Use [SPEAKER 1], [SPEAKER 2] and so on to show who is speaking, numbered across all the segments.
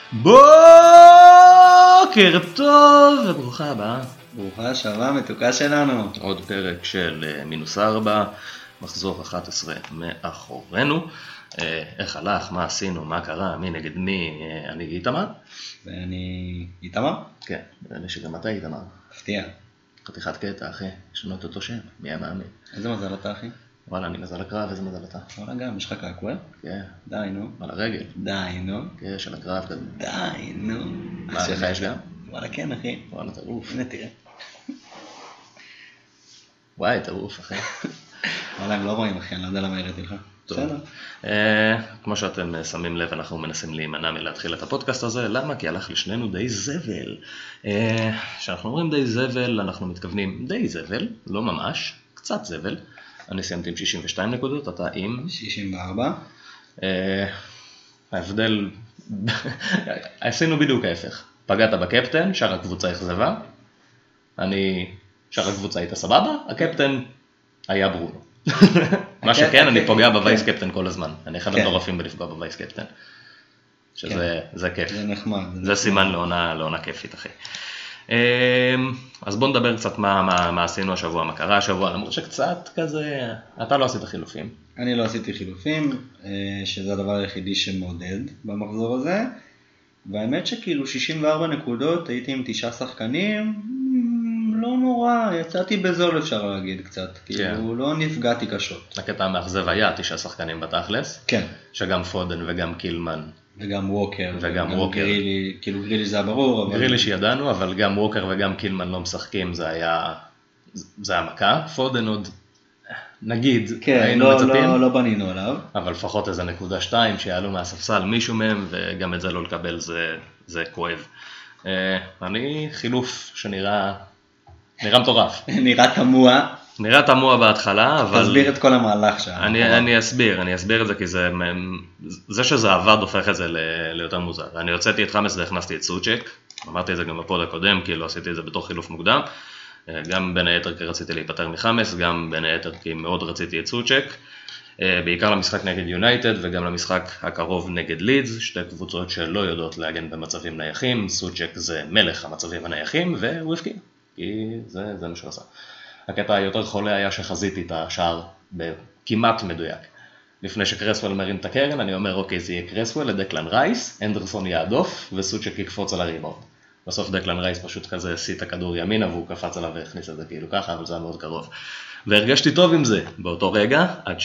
[SPEAKER 1] בוקר טוב וברוכה הבאה.
[SPEAKER 2] ברוכה השבה מתוקה שלנו.
[SPEAKER 1] עוד פרק של מינוס 4, מחזור 11 מאחורינו. איך הלך, מה עשינו, מה קרה, מי נגד מי, אני איתמר.
[SPEAKER 2] ואני איתמר?
[SPEAKER 1] כן, ואני שגם אתה איתמר.
[SPEAKER 2] הפתיע.
[SPEAKER 1] חתיכת קטע אחי, יש לנו את אותו שם, מי היה מאמין.
[SPEAKER 2] איזה מזל אתה אחי?
[SPEAKER 1] וואלה, אני מזל הקרב, איזה מזל אתה?
[SPEAKER 2] וואלה גם, יש לך קעקוע?
[SPEAKER 1] כן.
[SPEAKER 2] די נו.
[SPEAKER 1] על הרגל.
[SPEAKER 2] די נו.
[SPEAKER 1] כן, של הקרב כזה.
[SPEAKER 2] די נו.
[SPEAKER 1] מה, לך יש גם?
[SPEAKER 2] וואלה כן אחי.
[SPEAKER 1] וואלה, טירוף.
[SPEAKER 2] הנה תראה.
[SPEAKER 1] וואי, טירוף אחי.
[SPEAKER 2] וואלה הם לא רואים אחי, אני לא יודע למה הראיתי לך. בסדר.
[SPEAKER 1] כמו שאתם שמים לב, אנחנו מנסים להימנע מלהתחיל את הפודקאסט הזה. למה? כי הלך לשנינו די זבל. כשאנחנו אומרים די זבל, אנחנו מתכוונים די זבל, לא ממש, קצת זבל. אני סיימתי עם 62 נקודות, אתה עם
[SPEAKER 2] 64.
[SPEAKER 1] ההבדל, עשינו בדיוק ההפך. פגעת בקפטן, שאר הקבוצה אכזבה. שאר הקבוצה הייתה סבבה, הקפטן היה ברונו. מה שכן, אני פוגע בווייס קפטן כל הזמן. אני אחד המטורפים בלפגוע בווייס קפטן. שזה כיף.
[SPEAKER 2] זה נחמד.
[SPEAKER 1] זה סימן לעונה כיפית, אחי. אז בוא נדבר קצת מה עשינו השבוע, מה קרה השבוע, למרות שקצת כזה, אתה לא עשית חילופים.
[SPEAKER 2] אני לא עשיתי חילופים, שזה הדבר היחידי שמעודד במחזור הזה. והאמת שכאילו 64 נקודות, הייתי עם 9 שחקנים, לא נורא, יצאתי בזול אפשר להגיד קצת, כאילו לא נפגעתי קשות.
[SPEAKER 1] הקטע המאכזב היה 9 שחקנים בתכלס,
[SPEAKER 2] כן.
[SPEAKER 1] שגם פודן וגם קילמן.
[SPEAKER 2] וגם ווקר.
[SPEAKER 1] וגם ווקר.
[SPEAKER 2] גרילי, כאילו גרילי זה היה ברור. אבל...
[SPEAKER 1] גרילי שידענו, אבל גם ווקר וגם קילמן לא משחקים, זה היה מכה. פודן עוד, נגיד,
[SPEAKER 2] כן,
[SPEAKER 1] היינו מצפים.
[SPEAKER 2] לא בנינו עליו.
[SPEAKER 1] אבל לפחות איזה 1.2 שיעלו מהספסל מישהו מהם, וגם את זה לא לקבל, זה כואב. אני חילוף שנראה מטורף. נראה תמוה בהתחלה, אבל...
[SPEAKER 2] תסביר את כל המהלך שם.
[SPEAKER 1] אני אסביר את זה, כי זה שזה עבד הופך את זה ליותר מוזר. אני הוצאתי את חמאס והכנסתי את סוצ'ק, אמרתי את זה גם בפוד הקודם, כי לא עשיתי את זה בתור חילוף מוקדם, גם בין היתר כי רציתי להיפטר מחמאס, גם בין היתר כי מאוד רציתי את סוצ'ק, בעיקר למשחק נגד יונייטד וגם למשחק הקרוב נגד לידס, שתי קבוצות שלא יודעות להגן במצבים נייחים, סוצ'ק זה מלך המצבים הנייחים, והוא הפקיע, כי זה מה שהוא עשה. הקטע היותר חולה היה שחזיתי את השער בכמעט מדויק. לפני שקרסוול מרים את הקרן, אני אומר, אוקיי, זה יהיה קרסוול לדקלן רייס, אנדרסון יעדוף, וסוצ'ק יקפוץ על הריבאונד. בסוף דקלן רייס פשוט כזה עשי את הכדור ימינה, והוא קפץ עליו והכניס את זה כאילו ככה, אבל זה היה מאוד קרוב. והרגשתי טוב עם זה באותו רגע,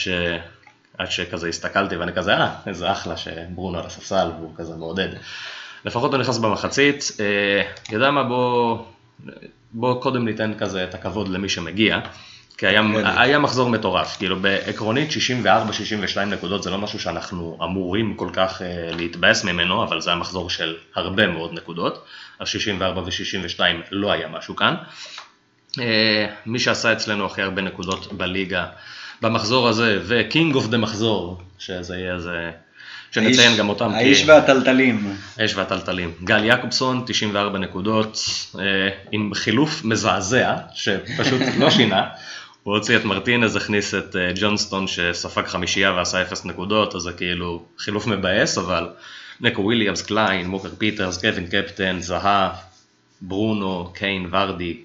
[SPEAKER 1] עד שכזה הסתכלתי, ואני כזה, איזה אחלה שברונו על הספסל, והוא כזה מעודד. לפחות הוא נכנס במחצית, ידע מה, בוא קודם ניתן כזה את הכבוד למי שמגיע, כי היה מחזור מטורף, כאילו בעקרונית 64-62 נקודות זה לא משהו שאנחנו אמורים כל כך להתבאס ממנו, אבל זה המחזור של הרבה מאוד נקודות, אז 64 ו-62 לא היה משהו כאן. מי שעשה אצלנו הכי הרבה נקודות בליגה במחזור הזה, וקינג אוף דה מחזור, שזה יהיה איזה... שנציין גם אותם.
[SPEAKER 2] האיש והטלטלים.
[SPEAKER 1] האיש והטלטלים. גל יעקובסון, 94 נקודות, עם חילוף מזעזע, שפשוט לא שינה. הוא הוציא את מרטינז, הכניס את ג'ונסטון שספג 5 ועשה 0 נקודות, אז זה כאילו חילוף מבאס, אבל נקו וויליאמס, קליין, מוקר פיטרס, קווין קפטן, זהה, ברונו, קיין, ורדי,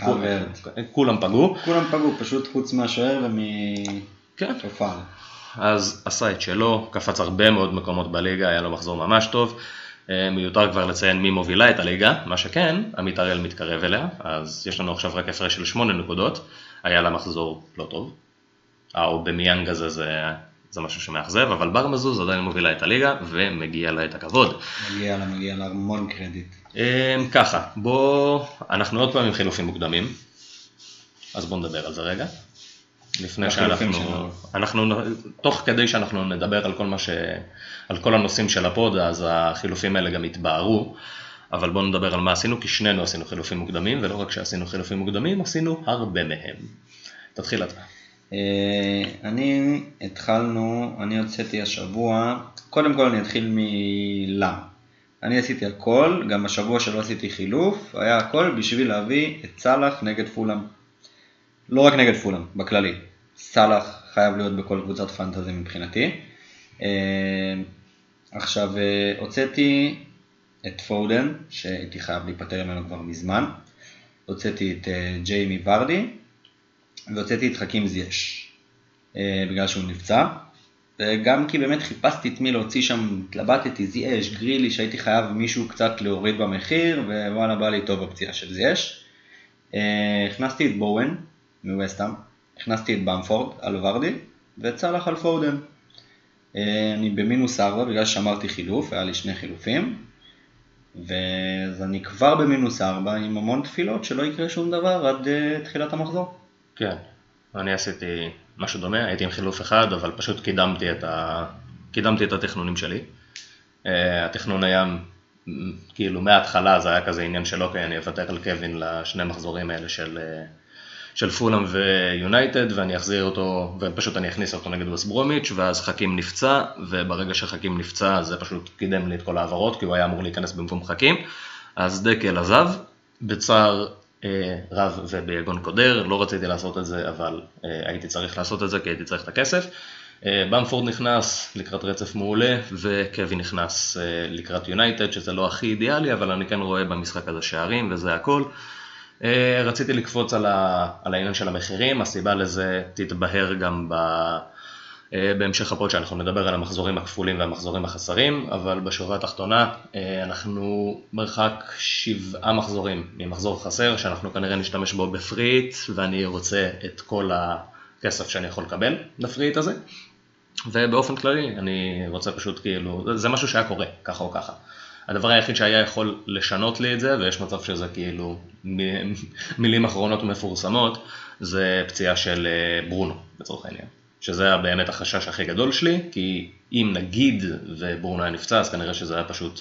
[SPEAKER 1] כולם פגעו.
[SPEAKER 2] כולם פגעו, פשוט חוץ מהשוער ומשופר.
[SPEAKER 1] אז עשה את שלו, קפץ הרבה מאוד מקומות בליגה, היה לו מחזור ממש טוב. מיותר כבר לציין מי מובילה את הליגה, מה שכן, עמית הראל מתקרב אליה, אז יש לנו עכשיו רק הפרש של 8 נקודות, היה לה מחזור לא טוב. במיאנג הזה זה משהו שמאכזב, אבל בר מזוז עדיין מובילה את הליגה, ומגיע לה את הכבוד.
[SPEAKER 2] מגיע לה המון קרדיט.
[SPEAKER 1] ככה, אנחנו עוד פעם עם חילופים מוקדמים, אז בואו נדבר על זה רגע. לפני שאנחנו, תוך כדי שאנחנו נדבר על כל הנושאים של הפוד, אז החילופים האלה גם יתבהרו, אבל בואו נדבר על מה עשינו, כי שנינו עשינו חילופים מוקדמים, ולא רק שעשינו חילופים מוקדמים, עשינו הרבה מהם. תתחיל אתה.
[SPEAKER 2] אני הוצאתי השבוע, קודם כל אני אתחיל מלמה. אני עשיתי הכל, גם השבוע שלא עשיתי חילוף, היה הכל בשביל להביא את סלאח נגד פולאם. לא רק נגד פולאם, בכללי. סלאח חייב להיות בכל קבוצת פנטזי מבחינתי. עכשיו, הוצאתי את פודן, שהייתי חייב להיפטר ממנו כבר מזמן. הוצאתי את ג'יימי ורדי, והוצאתי את חכים זייש, בגלל שהוא נפצע. וגם כי באמת חיפשתי את מי להוציא שם, התלבטתי, זייש, גרילי, שהייתי חייב מישהו קצת להוריד במחיר, ווואלה בא לי טוב בפציעה של זייש. הכנסתי את בואן מווסטהאם, הכנסתי את במפורד על ורדי, וצלח על פודן. אני במינוס 4 בגלל ששמרתי חילוף, היה לי 2 חילופים, אז אני כבר במינוס 4 עם המון תפילות שלא יקרה שום דבר עד תחילת המחזור.
[SPEAKER 1] כן, אני עשיתי משהו דומה, הייתי עם חילוף אחד, אבל פשוט קידמתי את התכנונים שלי. התכנון היה, כאילו מההתחלה זה היה כזה עניין של אוקיי, אני אוותר על קווין לשני מחזורים האלה של פולאם ויונייטד, ואני אחזיר אותו, ופשוט אני אכניס אותו נגד ווסט ברומיץ', ואז חכים נפצע, וברגע שחכים נפצע זה פשוט קידם לי את כל העברות, כי הוא היה אמור להיכנס במקום חכים, אז דקל עזב, בצער רב וביגון קודר, לא רציתי לעשות את זה, אבל הייתי צריך לעשות את זה, כי הייתי צריך את הכסף. במפורד נכנס לקראת רצף מעולה, וקווין נכנס לקראת יונייטד, שזה לא הכי אידיאלי, אבל אני כן רואה במשחק הזה שערים, וזה הכל. רציתי לקפוץ על העניין של המחירים, הסיבה לזה תתבהר גם בהמשך הפוד שאנחנו נדבר על המחזורים הכפולים והמחזורים החסרים, אבל בשורה התחתונה אנחנו מרחק 7 מחזורים ממחזור חסר, שאנחנו כנראה נשתמש בו בפריט, ואני רוצה את כל הכסף שאני יכול לקבל לפריט הזה, ובאופן כללי אני רוצה פשוט כאילו, זה משהו שהיה קורה ככה או ככה. הדבר היחיד שהיה יכול לשנות לי את זה, ויש מצב שזה כאילו מילים אחרונות ומפורסמות, זה פציעה של ברונו, בצורך העניין. שזה באמת החשש הכי גדול שלי, כי אם נגיד וברונו היה נפצע, אז כנראה שזה היה פשוט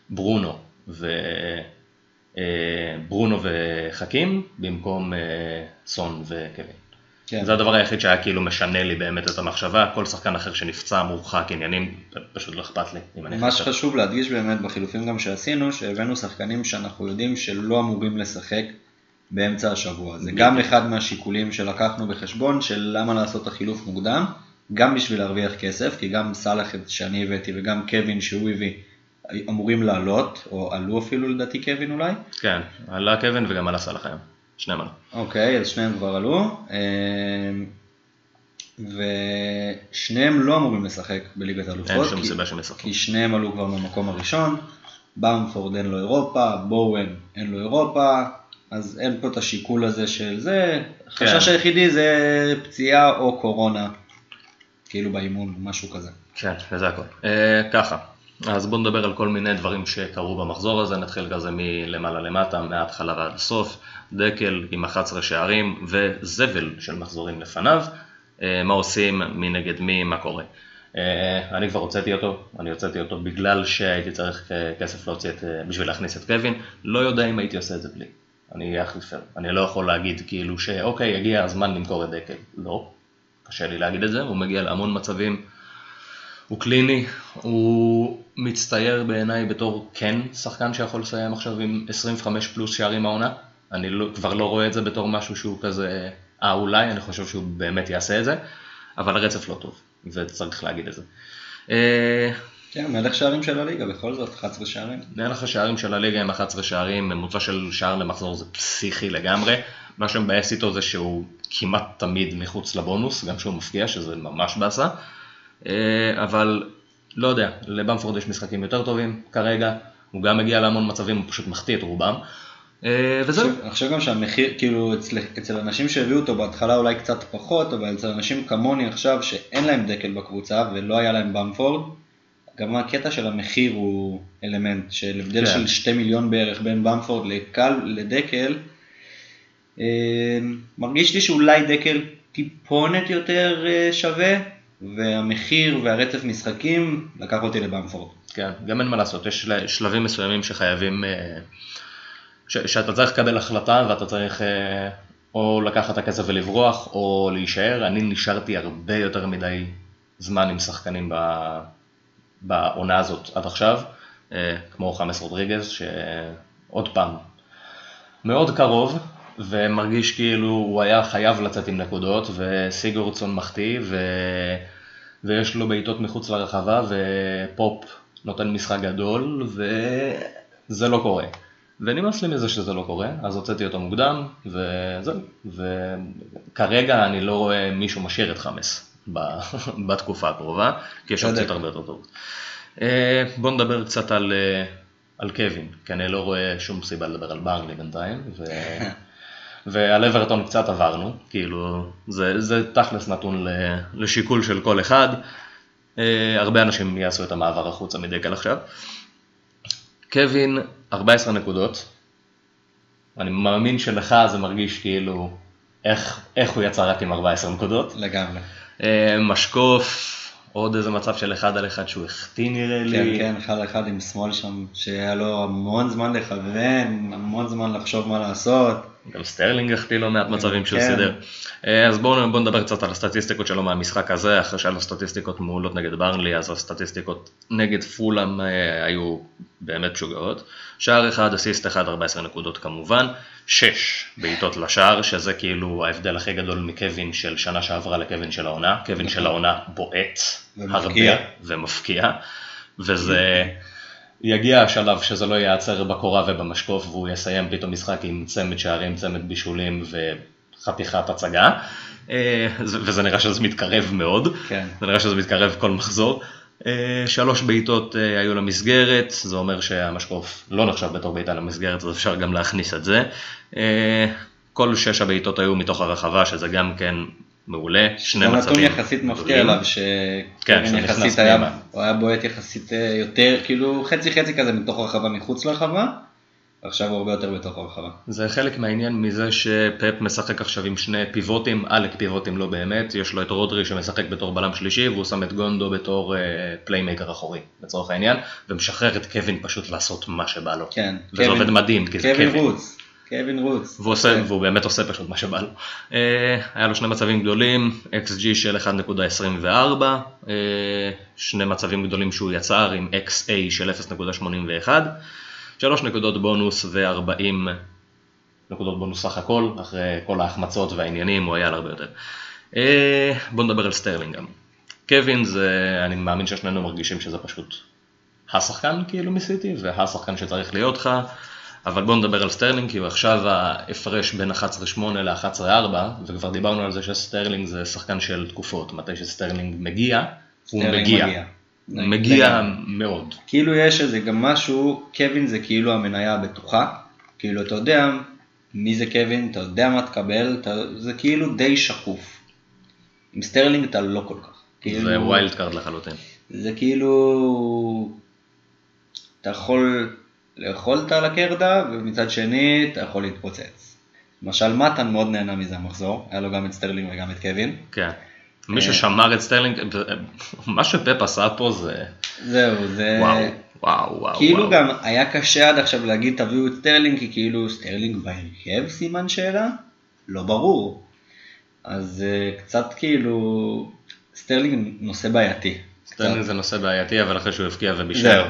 [SPEAKER 1] ברונו וחכים, במקום סון וקווין. כן. זה הדבר היחיד שהיה כאילו משנה לי באמת את המחשבה, כל שחקן אחר שנפצע מורחק עניינים, פשוט לא אכפת לי.
[SPEAKER 2] מה שחשוב להדגיש באמת בחילופים גם שעשינו, שהבאנו שחקנים שאנחנו יודעים שלא אמורים לשחק באמצע השבוע. זה גם אחד מהשיקולים שלקחנו בחשבון של למה לעשות החילוף מוקדם, גם בשביל להרוויח כסף, כי גם סלאח שאני הבאתי וגם קווין שהוא הביא, אמורים לעלות, או עלו אפילו לדעתי קווין אולי.
[SPEAKER 1] כן, עלה קווין וגם עלה סלאח היום. שניהם עלו.
[SPEAKER 2] אוקיי, אז שניהם כבר עלו, ושניהם לא אמורים לשחק בליגת האלופות.
[SPEAKER 1] אין שום סיבה שהם ישחקו.
[SPEAKER 2] כי שניהם עלו כבר במקום הראשון, במפורד אין לו אירופה, בואן אין לו אירופה, אז אין פה את השיקול הזה של זה, החשש היחידי זה פציעה או קורונה, כאילו באימון, משהו כזה.
[SPEAKER 1] כן, וזה הכל. ככה. אז בואו נדבר על כל מיני דברים שקרו במחזור הזה, נתחיל כזה מלמעלה למטה, מההתחלה ועד הסוף, דקל עם 11 שערים וזבל של מחזורים לפניו, מה עושים, מי נגד מי, מה קורה. אני כבר הוצאתי אותו בגלל שהייתי צריך כסף בשביל להכניס את קווין, לא יודע אם הייתי עושה את זה בלי, אני אהיה הכי פייר, אני לא יכול להגיד כאילו שאוקיי, הגיע הזמן למכור את דקל, לא, קשה לי להגיד את זה, הוא מגיע להמון מצבים, הוא קליני, הוא מצטייר בעיניי בתור כן שחקן שיכול לסיים עכשיו עם 25 פלוס שערים העונה. אני כבר לא רואה את זה בתור משהו שהוא כזה, אולי, אני חושב שהוא באמת יעשה את זה, אבל הרצף לא טוב, וצריך להגיד את זה.
[SPEAKER 2] כן, מלך שערים של הליגה, בכל זאת 11 שערים.
[SPEAKER 1] מלך השערים של הליגה עם 11 שערים, ממוצע של שער למחזור זה פסיכי לגמרי. מה שמבאס איתו זה שהוא כמעט תמיד מחוץ לבונוס, גם שהוא מפגיע, שזה ממש בעשה. אבל לא יודע, לבמפורד יש משחקים יותר טובים כרגע, הוא גם מגיע להמון מצבים, הוא פשוט מחטיא את רובם, וזהו.
[SPEAKER 2] עכשיו גם שהמחיר, כאילו אצל אנשים שהביאו אותו בהתחלה אולי קצת פחות, אבל אצל אנשים כמוני עכשיו שאין להם דקל בקבוצה ולא היה להם במפורד, גם הקטע של המחיר הוא אלמנט של הבדל של 2 מיליון בערך בין במפורד לדקל, מרגיש לי שאולי דקל טיפונת יותר שווה, והמחיר והרצף משחקים לקח אותי לבמפורד.
[SPEAKER 1] כן, גם אין מה לעשות, יש שלבים מסוימים שחייבים, שאתה צריך לקבל החלטה ואתה צריך או לקחת את הכסף ולברוח או להישאר. אני נשארתי הרבה יותר מדי זמן עם שחקנים בעונה הזאת עד עכשיו, כמו חמאס רודריגז, שעוד פעם מאוד קרוב, ומרגיש כאילו הוא היה חייב לצאת עם נקודות, וסיגורדסון מחטיא, ויש לו בעיטות מחוץ לרחבה, ופופ נותן משחק גדול, זה לא קורה. ונמאס לי מזה שזה לא קורה, אז הוצאתי אותו מוקדם, וזהו. וכרגע אני לא רואה מישהו משאיר את חמאס בתקופה הקרובה, כי יש אופציות הרבה יותר טובות. בואו נדבר קצת על קווין, כי אני לא רואה שום סיבה לדבר על ברנלי בינתיים, ועל אברטון קצת עברנו, כאילו זה תכלס נתון לשיקול של כל אחד, הרבה אנשים יעשו את המעבר החוצה מדקל עכשיו. קווין 14 נקודות, אני מאמין שלך זה מרגיש כאילו איך הוא יצא רק עם 14 נקודות.
[SPEAKER 2] לגמרי.
[SPEAKER 1] משקוף, עוד איזה מצב של 1 על 1 שהוא החטיא נראה לי.
[SPEAKER 2] כן, 1 על 1 עם שמאל שם, שהיה לו המון זמן לכוון, המון זמן לחשוב מה לעשות.
[SPEAKER 1] גם סטרלינג החטיא לו מעט מצבים שהוא סידר. אז בואו נדבר קצת על הסטטיסטיקות שלו מהמשחק הזה, אחרי שהיו סטטיסטיקות מעולות נגד ברנלי, אז הסטטיסטיקות נגד פולאם היו באמת משוגעות. שער 1, אסיסט 1, 14 נקודות כמובן, 6 בעיטות לשער, שזה כאילו ההבדל הכי גדול מקווין של שנה שעברה לקווין של העונה. קווין של העונה בועט הרבה ומפקיע, וזה יגיע השלב שזה לא ייעצר בקורה ובמשקוף, והוא יסיים פתאום משחק עם צמד שערים, צמד בישולים וחתיכת הצגה, וזה נראה שזה מתקרב מאוד, זה נראה שזה מתקרב כל מחזור. 3 בעיטות היו למסגרת, זה אומר שהמשקוף לא נחשב בתור בעיטה למסגרת, אז אפשר גם להכניס את זה. כל 6 הבעיטות היו מתוך הרחבה, שזה גם כן מעולה, 2 מצבים.
[SPEAKER 2] זה נתון יחסית מפתיע עליו, שקווין יחסית הוא היה בועט יחסית יותר, כאילו חצי כזה מתוך הרחבה מחוץ לרחבה, עכשיו הוא הרבה יותר בתוך הרחבה.
[SPEAKER 1] זה חלק מהעניין מזה שפפ משחק עכשיו עם 2 פיבוטים, אלק פיבוטים לא באמת, יש לו את רודרי שמשחק בתור בלם שלישי, והוא שם את גונדו בתור פליימייקר אחורי, בצורך העניין, ומשחרר את קווין פשוט לעשות מה שבא לו.
[SPEAKER 2] כן.
[SPEAKER 1] וזה עובד מדהים, כי זה
[SPEAKER 2] קווין רוץ.
[SPEAKER 1] והוא באמת עושה פשוט מה שבא לו. היה לו 2 מצבים גדולים, XG של 1.24, 2 מצבים גדולים שהוא יצר עם XA של 0.81, 3 נקודות בונוס ו40 נקודות בונוס סך הכל, אחרי כל ההחמצות והעניינים הוא היה על הרבה יותר. בואו נדבר על סטרלינג גם. קווין זה, אני מאמין ששנינו מרגישים שזה פשוט השחקן כאילו מסיטי, והשחקן שצריך להיות לך, אבל בואו נדבר על סטרלינג, כי הוא עכשיו ההפרש בין 11-8 ל-11-4, וכבר דיברנו על זה שסטרלינג זה שחקן של תקופות, מתי שסטרלינג מגיע, הוא מגיע מאוד.
[SPEAKER 2] כאילו יש איזה גם משהו, קווין זה כאילו המניה הבטוחה, כאילו אתה יודע מי זה קווין, אתה יודע מה תקבל, זה כאילו די שקוף. עם סטרלינג אתה לא כל כך.
[SPEAKER 1] זה ווילד קארד לחלוטין.
[SPEAKER 2] זה כאילו, אתה יכול לאכולת על הקרדה, ומצד שני אתה יכול להתפוצץ. למשל מתן מאוד נהנה מזה המחזור, היה לו גם את סטרלינג וגם את קווין.
[SPEAKER 1] כן. מי ששמר את סטרלינג, מה שפפ עשה פה זה...
[SPEAKER 2] זהו, זה...
[SPEAKER 1] וואו.
[SPEAKER 2] כאילו גם היה קשה עד עכשיו להגיד תביאו את סטרלינג, כי כאילו סטרלינג בהרכב סימן שאלה? לא ברור. אז קצת כאילו... סטרלינג נושא בעייתי.
[SPEAKER 1] סטרלינג זה נושא בעייתי, אבל אחרי שהוא הפקיע ובישל.
[SPEAKER 2] זהו.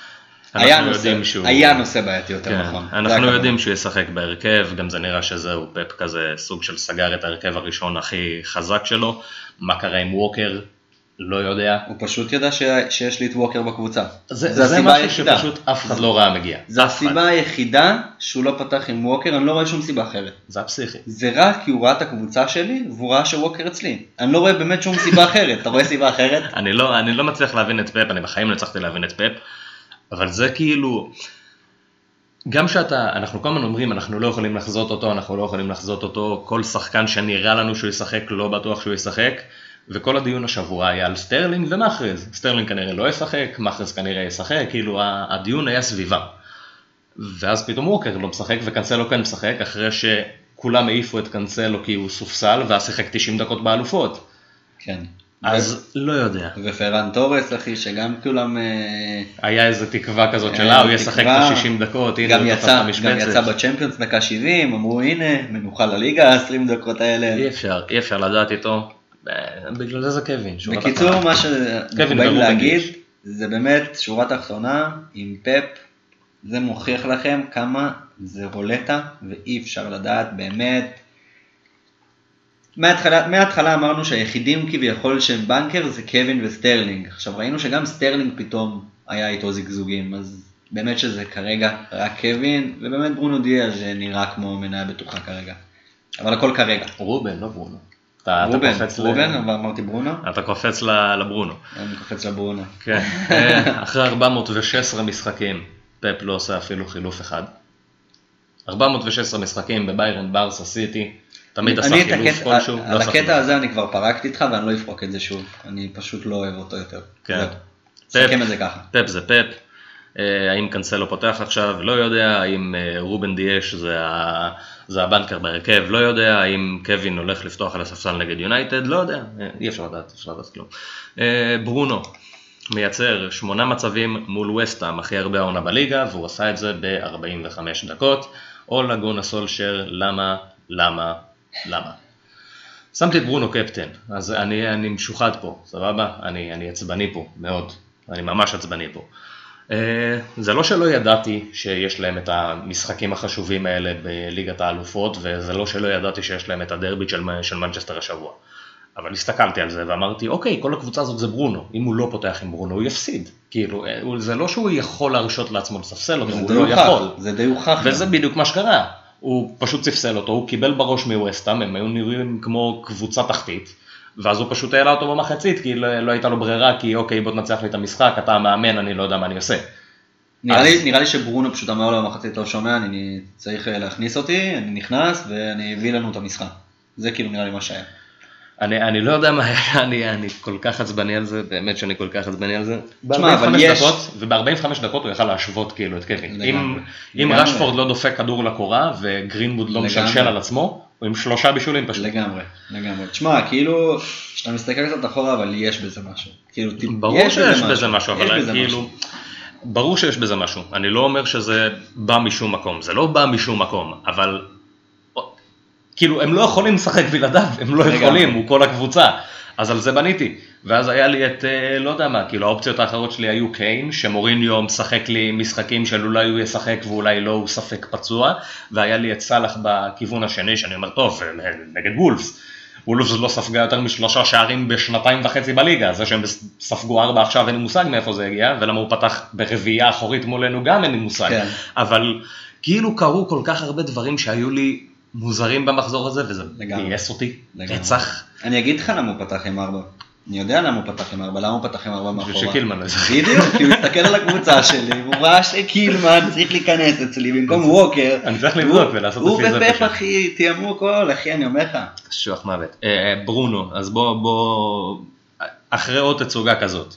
[SPEAKER 2] היה נושא בעייתי יותר נכון.
[SPEAKER 1] אנחנו יודעים שהוא ישחק בהרכב, גם זה נראה שזהו פפ כזה סוג של סגר את ההרכב הראשון הכי חזק שלו. מה קרה עם ווקר? לא יודע.
[SPEAKER 2] הוא פשוט ידע שיש לי את ווקר בקבוצה.
[SPEAKER 1] זה משהו שפשוט אף אחד לא ראה מגיע.
[SPEAKER 2] זה הסיבה היחידה שהוא לא פתח עם ווקר, אני לא רואה שום סיבה אחרת.
[SPEAKER 1] זה הפסיכי.
[SPEAKER 2] זה רק כי הוא ראה את הקבוצה שלי, והוא ראה שווקר אצלי. אני לא רואה באמת שום סיבה אחרת. אתה רואה סיבה אחרת?
[SPEAKER 1] אני לא מצליח להבין את פפ, אני בחיים לא הצלחתי להבין את פפ, אבל זה כאילו, גם אנחנו כל הזמן אומרים, אנחנו לא יכולים לחזות אותו, כל שחקן שנראה לנו שהוא ישחק, לא בטוח שהוא ישחק, וכל הדיון השבוע היה על סטרלינג ומאחרז. סטרלינג כנראה לא ישחק, מאחרז כנראה ישחק, כאילו הדיון היה סביבה. ואז פתאום ווקר לא משחק, וקנסלו כן משחק, אחרי שכולם העיפו את קנסלו כי הוא סופסל, ואז שיחק 90 דקות באלופות.
[SPEAKER 2] כן.
[SPEAKER 1] אז לא יודע.
[SPEAKER 2] ופרן טורס, אחי, שגם כולם...
[SPEAKER 1] היה איזה תקווה כזאת שלה, הוא ישחק את 60 דקות,
[SPEAKER 2] גם יצא בצ'מפיונס דקה 70, אמרו הנה, מנוחה לליגה, 20 דקות האלה.
[SPEAKER 1] אי אפשר לדעת איתו, בגלל זה קווין.
[SPEAKER 2] בקיצור, מה שאנחנו באים להגיד, זה באמת שורה תחתונה, עם פפ, זה מוכיח לכם כמה זה רולטה, ואי אפשר לדעת באמת, מההתחלה אמרנו שהיחידים כביכול שהם בנקר זה קווין וסטרלינג. עכשיו ראינו שגם סטרלינג פתאום היה איתו זיגזוגים, אז באמת שזה כרגע רק קווין, ובאמת ברונו דיאז נראה כמו מניה בטוחה כרגע. אבל הכל כרגע.
[SPEAKER 1] רובן, לא ברונו.
[SPEAKER 2] רובן, אבל אמרתי ברונו.
[SPEAKER 1] אתה קופץ לברונו.
[SPEAKER 2] אני קופץ לברונו.
[SPEAKER 1] כן, אחרי 416 משחקים, פפ לא עושה אפילו חילוף אחד. 416 משחקים בביירן, ברסה, סיטי, תמיד עשה חילוף כלשהו.
[SPEAKER 2] על הקטע הזה אני כבר פרקתי איתך ואני לא אפרוק את זה שוב. אני פשוט לא אוהב אותו יותר.
[SPEAKER 1] כן.
[SPEAKER 2] סכם את זה ככה.
[SPEAKER 1] פפ זה פפ. האם קנסלו פותח עכשיו? לא יודע. האם רובן דיאש זה הבנקר בהרכב? לא יודע. האם קווין הולך לפתוח על הספסל נגד יונייטד? לא יודע. אי אפשר לדעת כלום. ברונו מייצר 8 מצבים מול וסטהאם, הכי הרבה העונה בליגה, והוא עשה את זה ב-45 דקות. אולה גונה סולשר, למה? שמתי את ברונו קפטן, אז אני משוחד פה, סבבה? אני עצבני פה, מאוד. אני ממש עצבני פה. זה לא שלא ידעתי שיש להם את המשחקים החשובים האלה בליגת האלופות, וזה לא שלא ידעתי שיש להם את הדרבית של מנצ'סטר השבוע. אבל הסתכלתי על זה ואמרתי, אוקיי, כל הקבוצה הזאת זה ברונו. אם הוא לא פותח עם ברונו, הוא יפסיד. כאילו, זה לא שהוא יכול להרשות לעצמו לספסל אותו, הוא לא יכול.
[SPEAKER 2] זה די הוכח.
[SPEAKER 1] וזה בדיוק מה שקרה. הוא פשוט ספסל אותו, הוא קיבל בראש מווסטהאם, הם היו נראים כמו קבוצה תחתית, ואז הוא פשוט העלה אותו במחצית, כי לא הייתה לו ברירה, כי אוקיי, בוא תנצח לי את המשחק, אתה מאמן, אני לא יודע מה אני עושה.
[SPEAKER 2] נראה לי שברונו פשוט אמר לו במחצית, לא שומע, אני צריך להכניס אותי, אני נכנס, ואני הביא לנו את המשחק. זה כאילו נראה לי מה שהיה.
[SPEAKER 1] אני לא יודע מה היה, אני כל כך עצבני על זה, באמת שאני כל כך עצבני על זה. ב-45 דקות הוא יכל להשוות כאילו את קווין. אם רשפורד לא דופק כדור לקורה, וגרינווד לא משלשל על עצמו, הוא עם 3 בישולים פשוט.
[SPEAKER 2] לגמרי. תשמע, כאילו, שאתה מסתכל קצת אחורה, אבל יש בזה משהו.
[SPEAKER 1] ברור שיש בזה משהו, אבל כאילו, ברור שיש בזה משהו. אני לא אומר שזה בא משום מקום, זה לא בא משום מקום, אבל כאילו, הם לא יכולים לשחק בלעדיו, הם לא יכולים, הוא כל הקבוצה. אז על זה בניתי. ואז היה לי את, לא יודע מה, כאילו האופציות האחרות שלי היו קיין, שמוריניו משחק לי משחקים של אולי הוא ישחק ואולי לא, הוא ספק פצוע, והיה לי את סלח בכיוון השני, שאני אומר, טוב, נגד וולפס. וולפס לא ספגה יותר מ3 שערים ב2.5 בליגה, זה שהם ספגו 4 עכשיו, אין לי מושג מאיפה זה הגיע, ולמה הוא פתח ברביעייה אחורית מולנו גם אין לי מושג. כן. אבל כאילו קרו כל כך הרבה דברים שהיו לי מוזרים במחזור הזה, וזה גייס אותי, רצח.
[SPEAKER 2] אני אגיד לך למה הוא פתח עם 4. אני יודע למה הוא פתח עם 4, למה הוא פתח עם 4 מאחורה.
[SPEAKER 1] שקילמן לא ישחק.
[SPEAKER 2] בדיוק, כי הוא הסתכל על הקבוצה שלי, והוא ראה שקילמן צריך להיכנס אצלי במקום ווקר.
[SPEAKER 1] אני צריך לבדוק ולעשות
[SPEAKER 2] את זה. הוא ופפ אחי, תיאמו הכל, אחי, אני אומר לך.
[SPEAKER 1] שוח מוות. ברונו, אז בוא, אחרי עוד תצוגה כזאת.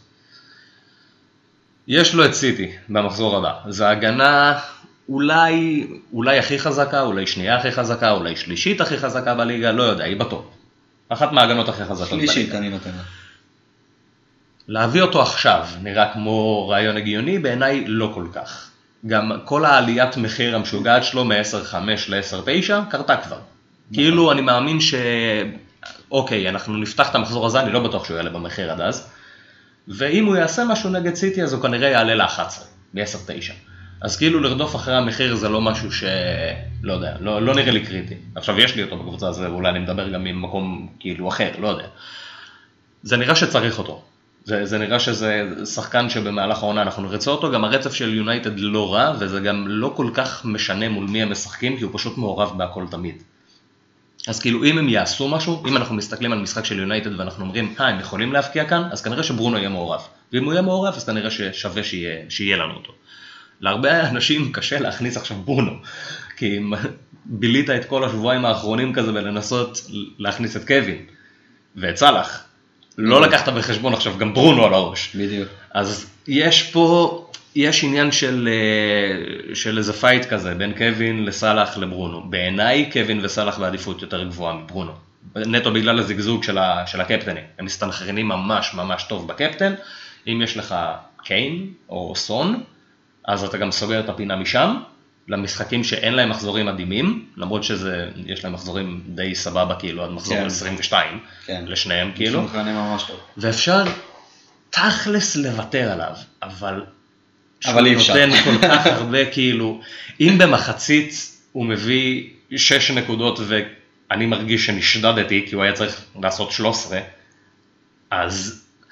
[SPEAKER 1] יש לו את סיטי במחזור הבא. זו הגנה אולי הכי חזקה, אולי שנייה הכי חזקה, אולי שלישית הכי חזקה בליגה, לא יודע, היא בטופ. אחת מההגנות הכי חזקות בליגה.
[SPEAKER 2] שלישית, אני נותן לה.
[SPEAKER 1] להביא אותו עכשיו נראה כמו רעיון הגיוני, בעיניי לא כל כך. גם כל העליית מחיר המשוגעת שלו מ-10.5 ל-10.9 קרתה כבר. כאילו אני מאמין אוקיי, אנחנו נפתח את המחזור הזה, אני לא בטוח שהוא יעלה במחיר עד אז. ואם הוא יעשה משהו נגד סיטי, אז הוא כנראה יעלה ל-11, ב-10.9. אז כאילו לרדוף אחרי המחיר זה לא משהו לא יודע, לא נראה לי קריטי. עכשיו יש לי אותו בקבוצה הזה, ואולי אני מדבר גם ממקום כאילו אחר, לא יודע. זה נראה שצריך אותו. זה נראה שזה שחקן שבמהלך העונה אנחנו נרצה אותו, גם הרצף של יונייטד לא רע, וזה גם לא כל כך משנה מול מי הם משחקים, כי הוא פשוט מעורב בהכל תמיד. אז כאילו אם הם יעשו משהו, אם אנחנו מסתכלים על משחק של יונייטד ואנחנו אומרים, הם יכולים להפקיע כאן, אז כנראה שברונו יהיה מעורב. ואם הוא יהיה מעורב, אז כנראה ששווה שיהיה לנו אותו. להרבה אנשים קשה להכניס עכשיו ברונו, כי בילית את כל השבועיים האחרונים כזה ולנסות להכניס את קווין ואת סלח. לא לקחת בחשבון עכשיו גם ברונו על הראש.
[SPEAKER 2] בדיוק.
[SPEAKER 1] אז יש עניין של איזה פייט כזה בין קווין לסלח לברונו. בעיניי קווין וסלח בעדיפות יותר גבוהה מברונו. נטו בגלל הזגזוג של הקפטנים. הם מסתנכרנים ממש ממש טוב בקפטן. אם יש לך קיין או סון, אז אתה גם סוגר את הפינה משם, למשחקים שאין להם מחזורים מדהימים, למרות שיש להם מחזורים די סבבה, כאילו, עד מחזור 22, לשניהם, כאילו. ואפשר תכלס לוותר עליו, אבל
[SPEAKER 2] אי אפשר.
[SPEAKER 1] נותן כל כך הרבה, כאילו, אם במחצית הוא מביא 6 נקודות, ואני מרגיש שנשדדתי, כי הוא היה צריך לעשות 13, אז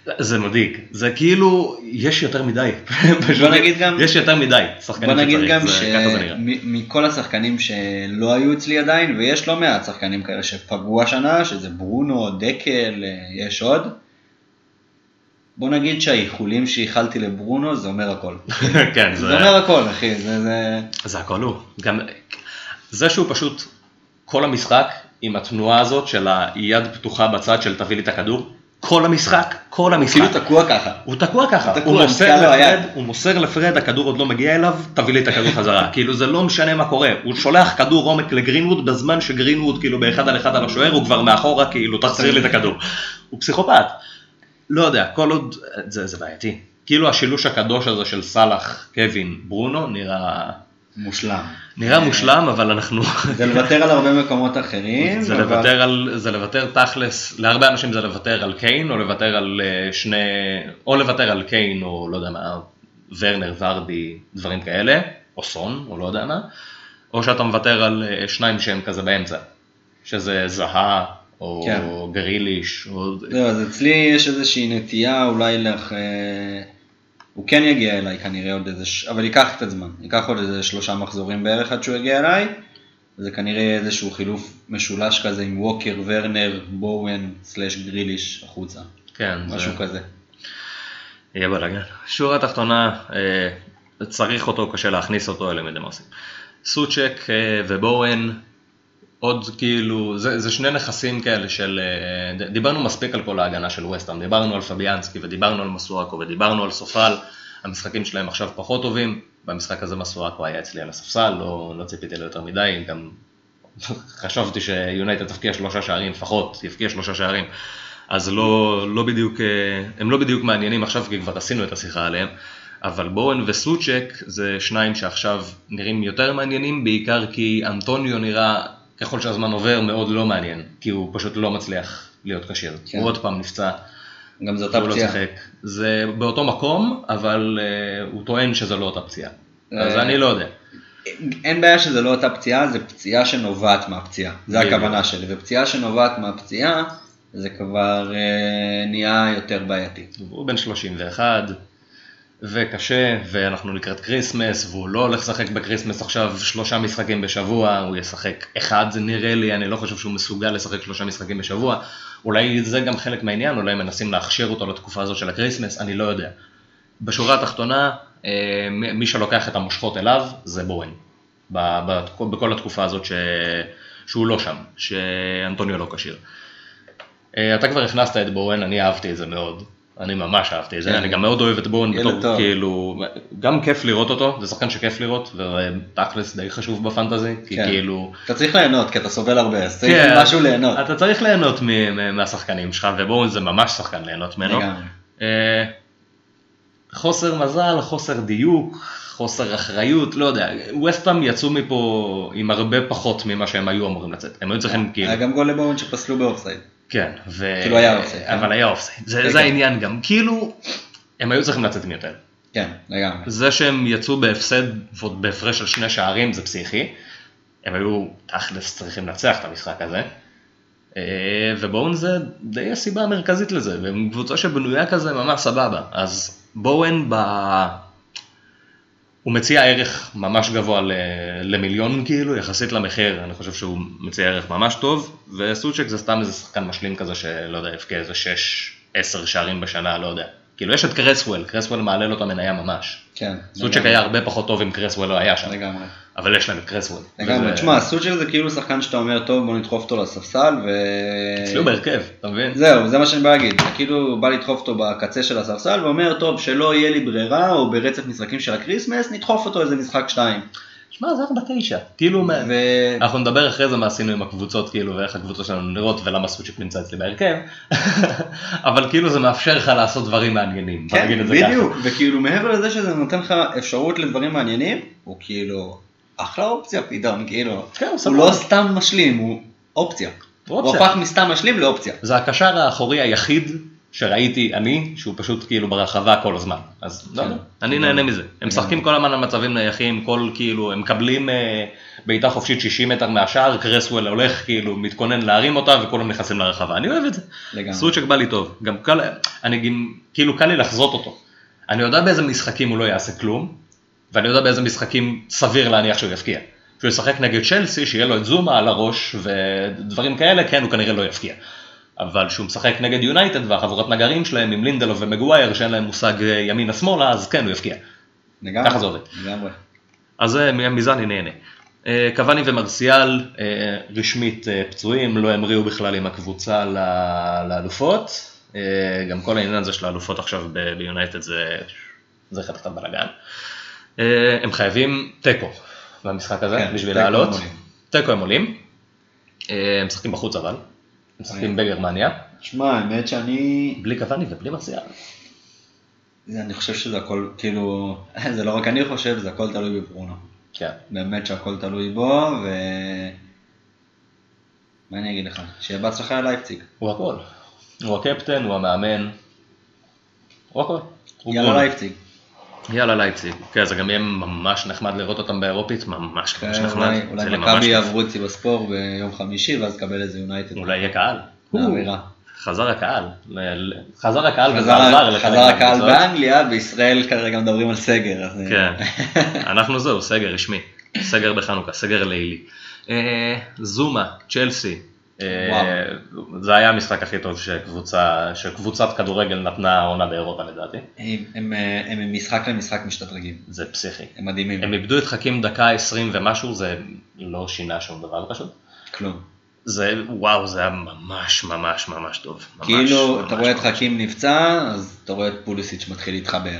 [SPEAKER 1] זה מדאיג, זה כאילו, יש יותר מדי.
[SPEAKER 2] בוא נגיד גם,
[SPEAKER 1] יש יותר מדי
[SPEAKER 2] בוא נגיד גם שמכל השחקנים שלא היו אצלי עדיין, ויש לא מעט שחקנים כאלה שפגעו השנה, שזה ברונו, דקל, יש עוד. בוא נגיד שהאיחולים שאיחלתי לברונו, זה אומר הכל.
[SPEAKER 1] כן,
[SPEAKER 2] זה אומר הכל, אחי.
[SPEAKER 1] זה הכל הוא. גם זה שהוא פשוט, כל המשחק, עם התנועה הזאת של היד פתוחה בצד של תביא לי את הכדור, כל המשחק.
[SPEAKER 2] כאילו תקוע ככה.
[SPEAKER 1] הוא תקוע ככה, הוא מוסר לפרד, הכדור עוד לא מגיע אליו, תביא לי את הכדור חזרה. כאילו זה לא משנה מה קורה, הוא שולח כדור עומק לגרינווד, בזמן שגרינווד כאילו באחד על אחד על השוער, הוא כבר מאחורה, כאילו תחזיר לי את הכדור. הוא פסיכופת. לא יודע, כל עוד, זה בעייתי. כאילו השילוש הקדוש הזה של סלאח, קווין, ברונו, נראה
[SPEAKER 2] מושלם.
[SPEAKER 1] נראה מושלם, אבל אנחנו...
[SPEAKER 2] זה לוותר על הרבה מקומות אחרים.
[SPEAKER 1] זה לוותר תכלס, להרבה אנשים זה לוותר על קיין, או לוותר על או לוותר על קיין, או לא יודע מה, ורנר, ורדי, דברים כאלה, או סון, או לא יודע מה, או שאתה מוותר על שניים שהם כזה באמצע, שזה זהה, או גריליש.
[SPEAKER 2] אז אצלי יש איזושהי נטייה אולי הוא כן יגיע אליי כנראה עוד אבל ייקח קצת זמן, ייקח עוד איזה 3 מחזורים בערך עד שהוא יגיע אליי, זה כנראה איזשהו חילוף משולש כזה עם ווקר, ורנר, בואוין, סלש גריליש החוצה.
[SPEAKER 1] כן.
[SPEAKER 2] משהו כזה.
[SPEAKER 1] יהיה בלגן. שורה התחתונה, צריך אותו, קשה להכניס אותו, אלה מדמוסים. סוצ'ק ובואוין, עוד כאילו, זה שני נכסים כאלה של, דיברנו מספיק על כל ההגנה של ווסטהאם, דיברנו על פביאנסקי ודיברנו על מסואקו ודיברנו על סופל, המשחקים שלהם עכשיו פחות טובים, במשחק הזה מסואקו היה אצלי על הספסל, לא ציפיתי לו יותר מדי, גם חשבתי שיונייטד תפקיע 3 שערים, לפחות יפקיע 3 שערים, אז הם לא בדיוק מעניינים עכשיו, כי כבר עשינו את השיחה עליהם, אבל בואן וסוצ'ק זה שניים שעכשיו נראים יותר מעניינים, בעיקר כי אנטוניו נראה ככל שהזמן עובר מאוד לא מעניין, כי הוא פשוט לא מצליח להיות קשיר. כן. הוא עוד פעם נפצע.
[SPEAKER 2] גם זו אותה פציעה.
[SPEAKER 1] זה באותו מקום, אבל הוא טוען שזה לא אותה פציעה. אז אני לא יודע.
[SPEAKER 2] אין בעיה שזה לא אותה פציעה, זה פציעה שנובעת מהפציעה. זה הכוונה שלי. ופציעה שנובעת מהפציעה, זה כבר נהיה יותר בעייתי.
[SPEAKER 1] הוא בן 31, וקשה, ואנחנו לקראת קריסמס, והוא לא הולך לשחק בקריסמס עכשיו 3 משחקים בשבוע, הוא ישחק 1, זה נראה לי, אני לא חושב שהוא מסוגל לשחק 3 משחקים בשבוע, אולי זה גם חלק מהעניין, אולי מנסים להכשיר אותו לתקופה הזאת של הקריסמס, אני לא יודע. בשורה התחתונה, מי שלוקח את המושכות אליו, זה בואן, בכל התקופה הזאת שהוא לא שם, שאנטוניו לא קשיר. אתה כבר הכנסת את בואן, אני אהבתי את זה מאוד. אני ממש אהבתי את זה, אני גם מאוד אוהב את בואן, כאילו, גם כיף לראות אותו, זה שחקן שכיף לראות, ותכלס די חשוב בפנטזי, כי כאילו...
[SPEAKER 2] אתה צריך ליהנות, כי אתה סובל הרבה, אז צריך משהו ליהנות.
[SPEAKER 1] אתה צריך ליהנות מהשחקנים שלך, ובואן זה ממש שחקן ליהנות ממנו. חוסר מזל, חוסר דיוק, חוסר אחריות, לא יודע, ווסטהאם יצאו מפה עם הרבה פחות ממה שהם היו אמורים לצאת, הם היו צריכים כאילו...
[SPEAKER 2] היה גם גול לבואן שפסלו באופסייד.
[SPEAKER 1] כן,
[SPEAKER 2] כאילו היה אופסייד.
[SPEAKER 1] אבל היה אופסייד, זה העניין גם, כאילו הם היו צריכים לצאת מיותר.
[SPEAKER 2] כן, לגמרי.
[SPEAKER 1] זה שהם יצאו בהפסד בהפרש של 2 שערים זה פסיכי, הם היו תכלס צריכים לנצח את המשחק הזה, ובואן זה די הסיבה המרכזית לזה, והם קבוצה שבנויה כזה ממש סבבה, אז בואן הוא מציע ערך ממש גבוה למיליון כאילו, יחסית למחיר, אני חושב שהוא מציע ערך ממש טוב, וסוצ'ק זה סתם איזה שחקן משלים כזה שלא יודע, יפקע איזה 6-10 שערים בשנה, לא יודע. כאילו יש את קרסוול מעלה לו את המניה ממש.
[SPEAKER 2] כן.
[SPEAKER 1] סוצ'ק היה הרבה פחות טוב אם קרסוול לא היה שם.
[SPEAKER 2] לגמרי.
[SPEAKER 1] אבל יש להם את קרסוול.
[SPEAKER 2] לגמרי, תשמע, סוצ'ק זה כאילו שחקן שאתה אומר, טוב, בוא נדחוף אותו לספסל
[SPEAKER 1] אצלו בהרכב, אתה מבין?
[SPEAKER 2] זהו, זה מה שאני בא להגיד, זה כאילו בא לדחוף אותו בקצה של הספסל, ואומר, טוב, שלא יהיה לי ברירה, או ברצף משחקים של הקריסמס, נדחוף אותו איזה משחק 2.
[SPEAKER 1] שמע, זה 4-9, כאילו, אנחנו נדבר אחרי זה מה עשינו עם הקבוצות, כאילו, ואיך הקבוצות שלנו נראות, ולמה סוצ'ק נמצא אצלי בהרכב, אבל כאילו זה מאפשר לך לעשות דברים מעניינים.
[SPEAKER 2] כן, בדיוק, וכאילו מעבר לזה שזה נותן לך אפשרות לדברים מעניינים, הוא כאילו אחלה אופציה פתאום, כאילו, הוא לא סתם משלים, הוא אופציה. הוא הפך מסתם משלים לאופציה.
[SPEAKER 1] זה הקשר האחורי היחיד שראיתי אני, שהוא פשוט כאילו ברחבה כל הזמן. אז לא, אני נהנה מזה. הם משחקים כל הזמן על מצבים נייחים, כאילו, הם מקבלים בעיטה חופשית 60 מטר מהשאר, קרסוול הולך, כאילו, מתכונן להרים אותה, וכולם נכנסים לרחבה. אני אוהב את זה. סוצ'ק בא לי טוב. גם כאילו, קל לי לחזות אותו. אני יודע באיזה משחקים הוא לא יעשה כלום, ואני יודע באיזה משחקים סביר להניח שהוא יפקיע. שהוא ישחק נגד צ'לסי, שיהיה לו את זומה על הראש, ודברים כאלה, כן, הוא כנראה לא יפקיע. אבל שהוא משחק נגד יונייטד והחבורת נגרים שלהם עם לינדלוף ומגווייר שאין להם מושג ימינה שמאלה, אז כן הוא יפקיע. ככה זה עובד.
[SPEAKER 2] לגמרי.
[SPEAKER 1] אז מזה אני נהנה. קוואני ומרסיאל רשמית פצועים, לא המריאו בכלל עם הקבוצה לאלופות. גם כל העניין הזה של האלופות עכשיו ביונייטד זה חתיכת בלגן. הם חייבים טקו במשחק הזה בשביל לעלות. טקו הם עולים. הם משחקים בחוץ אבל. משחקים בגרמניה.
[SPEAKER 2] שמע, האמת שאני...
[SPEAKER 1] בלי קוואני ובלי מרסיאל.
[SPEAKER 2] אני חושב שזה הכל, כאילו, זה לא רק אני חושב, זה הכל תלוי בברונו.
[SPEAKER 1] כן.
[SPEAKER 2] באמת שהכל תלוי בו, מה אני אגיד לך? שיהיה בהצלחה ללייפציג.
[SPEAKER 1] הוא הכל. הוא הקפטן, הוא המאמן. הוא הכל.
[SPEAKER 2] יאללה לייפציג.
[SPEAKER 1] יאללה לייפציג. כן, זה גם יהיה ממש נחמד לראות אותם באירופית, ממש נחמד.
[SPEAKER 2] אולי מכבי יעברו אצלי בספור ביום חמישי, ואז קבל איזה יונייטד.
[SPEAKER 1] אולי יהיה קהל.
[SPEAKER 2] האווירה.
[SPEAKER 1] חזר הקהל.
[SPEAKER 2] חזר הקהל באנגליה, בישראל כרגע מדברים על סגר.
[SPEAKER 1] כן, אנחנו זהו, סגר רשמי. סגר בחנוכה, סגר לילי. זומה, צ'לסי. זה היה המשחק הכי טוב שקבוצת כדורגל נתנה עונה באירופה לדעתי.
[SPEAKER 2] הם ממשחק למשחק משתדרגים.
[SPEAKER 1] זה פסיכי.
[SPEAKER 2] הם מדהימים.
[SPEAKER 1] הם איבדו את חכים דקה 20 ומשהו, זה לא שינה שום דבר פשוט.
[SPEAKER 2] כלום.
[SPEAKER 1] זה, וואו, זה היה ממש ממש ממש טוב.
[SPEAKER 2] כאילו, אתה רואה את חכים נפצע, אז אתה רואה את פוליסיץ' מתחיל להתחבר,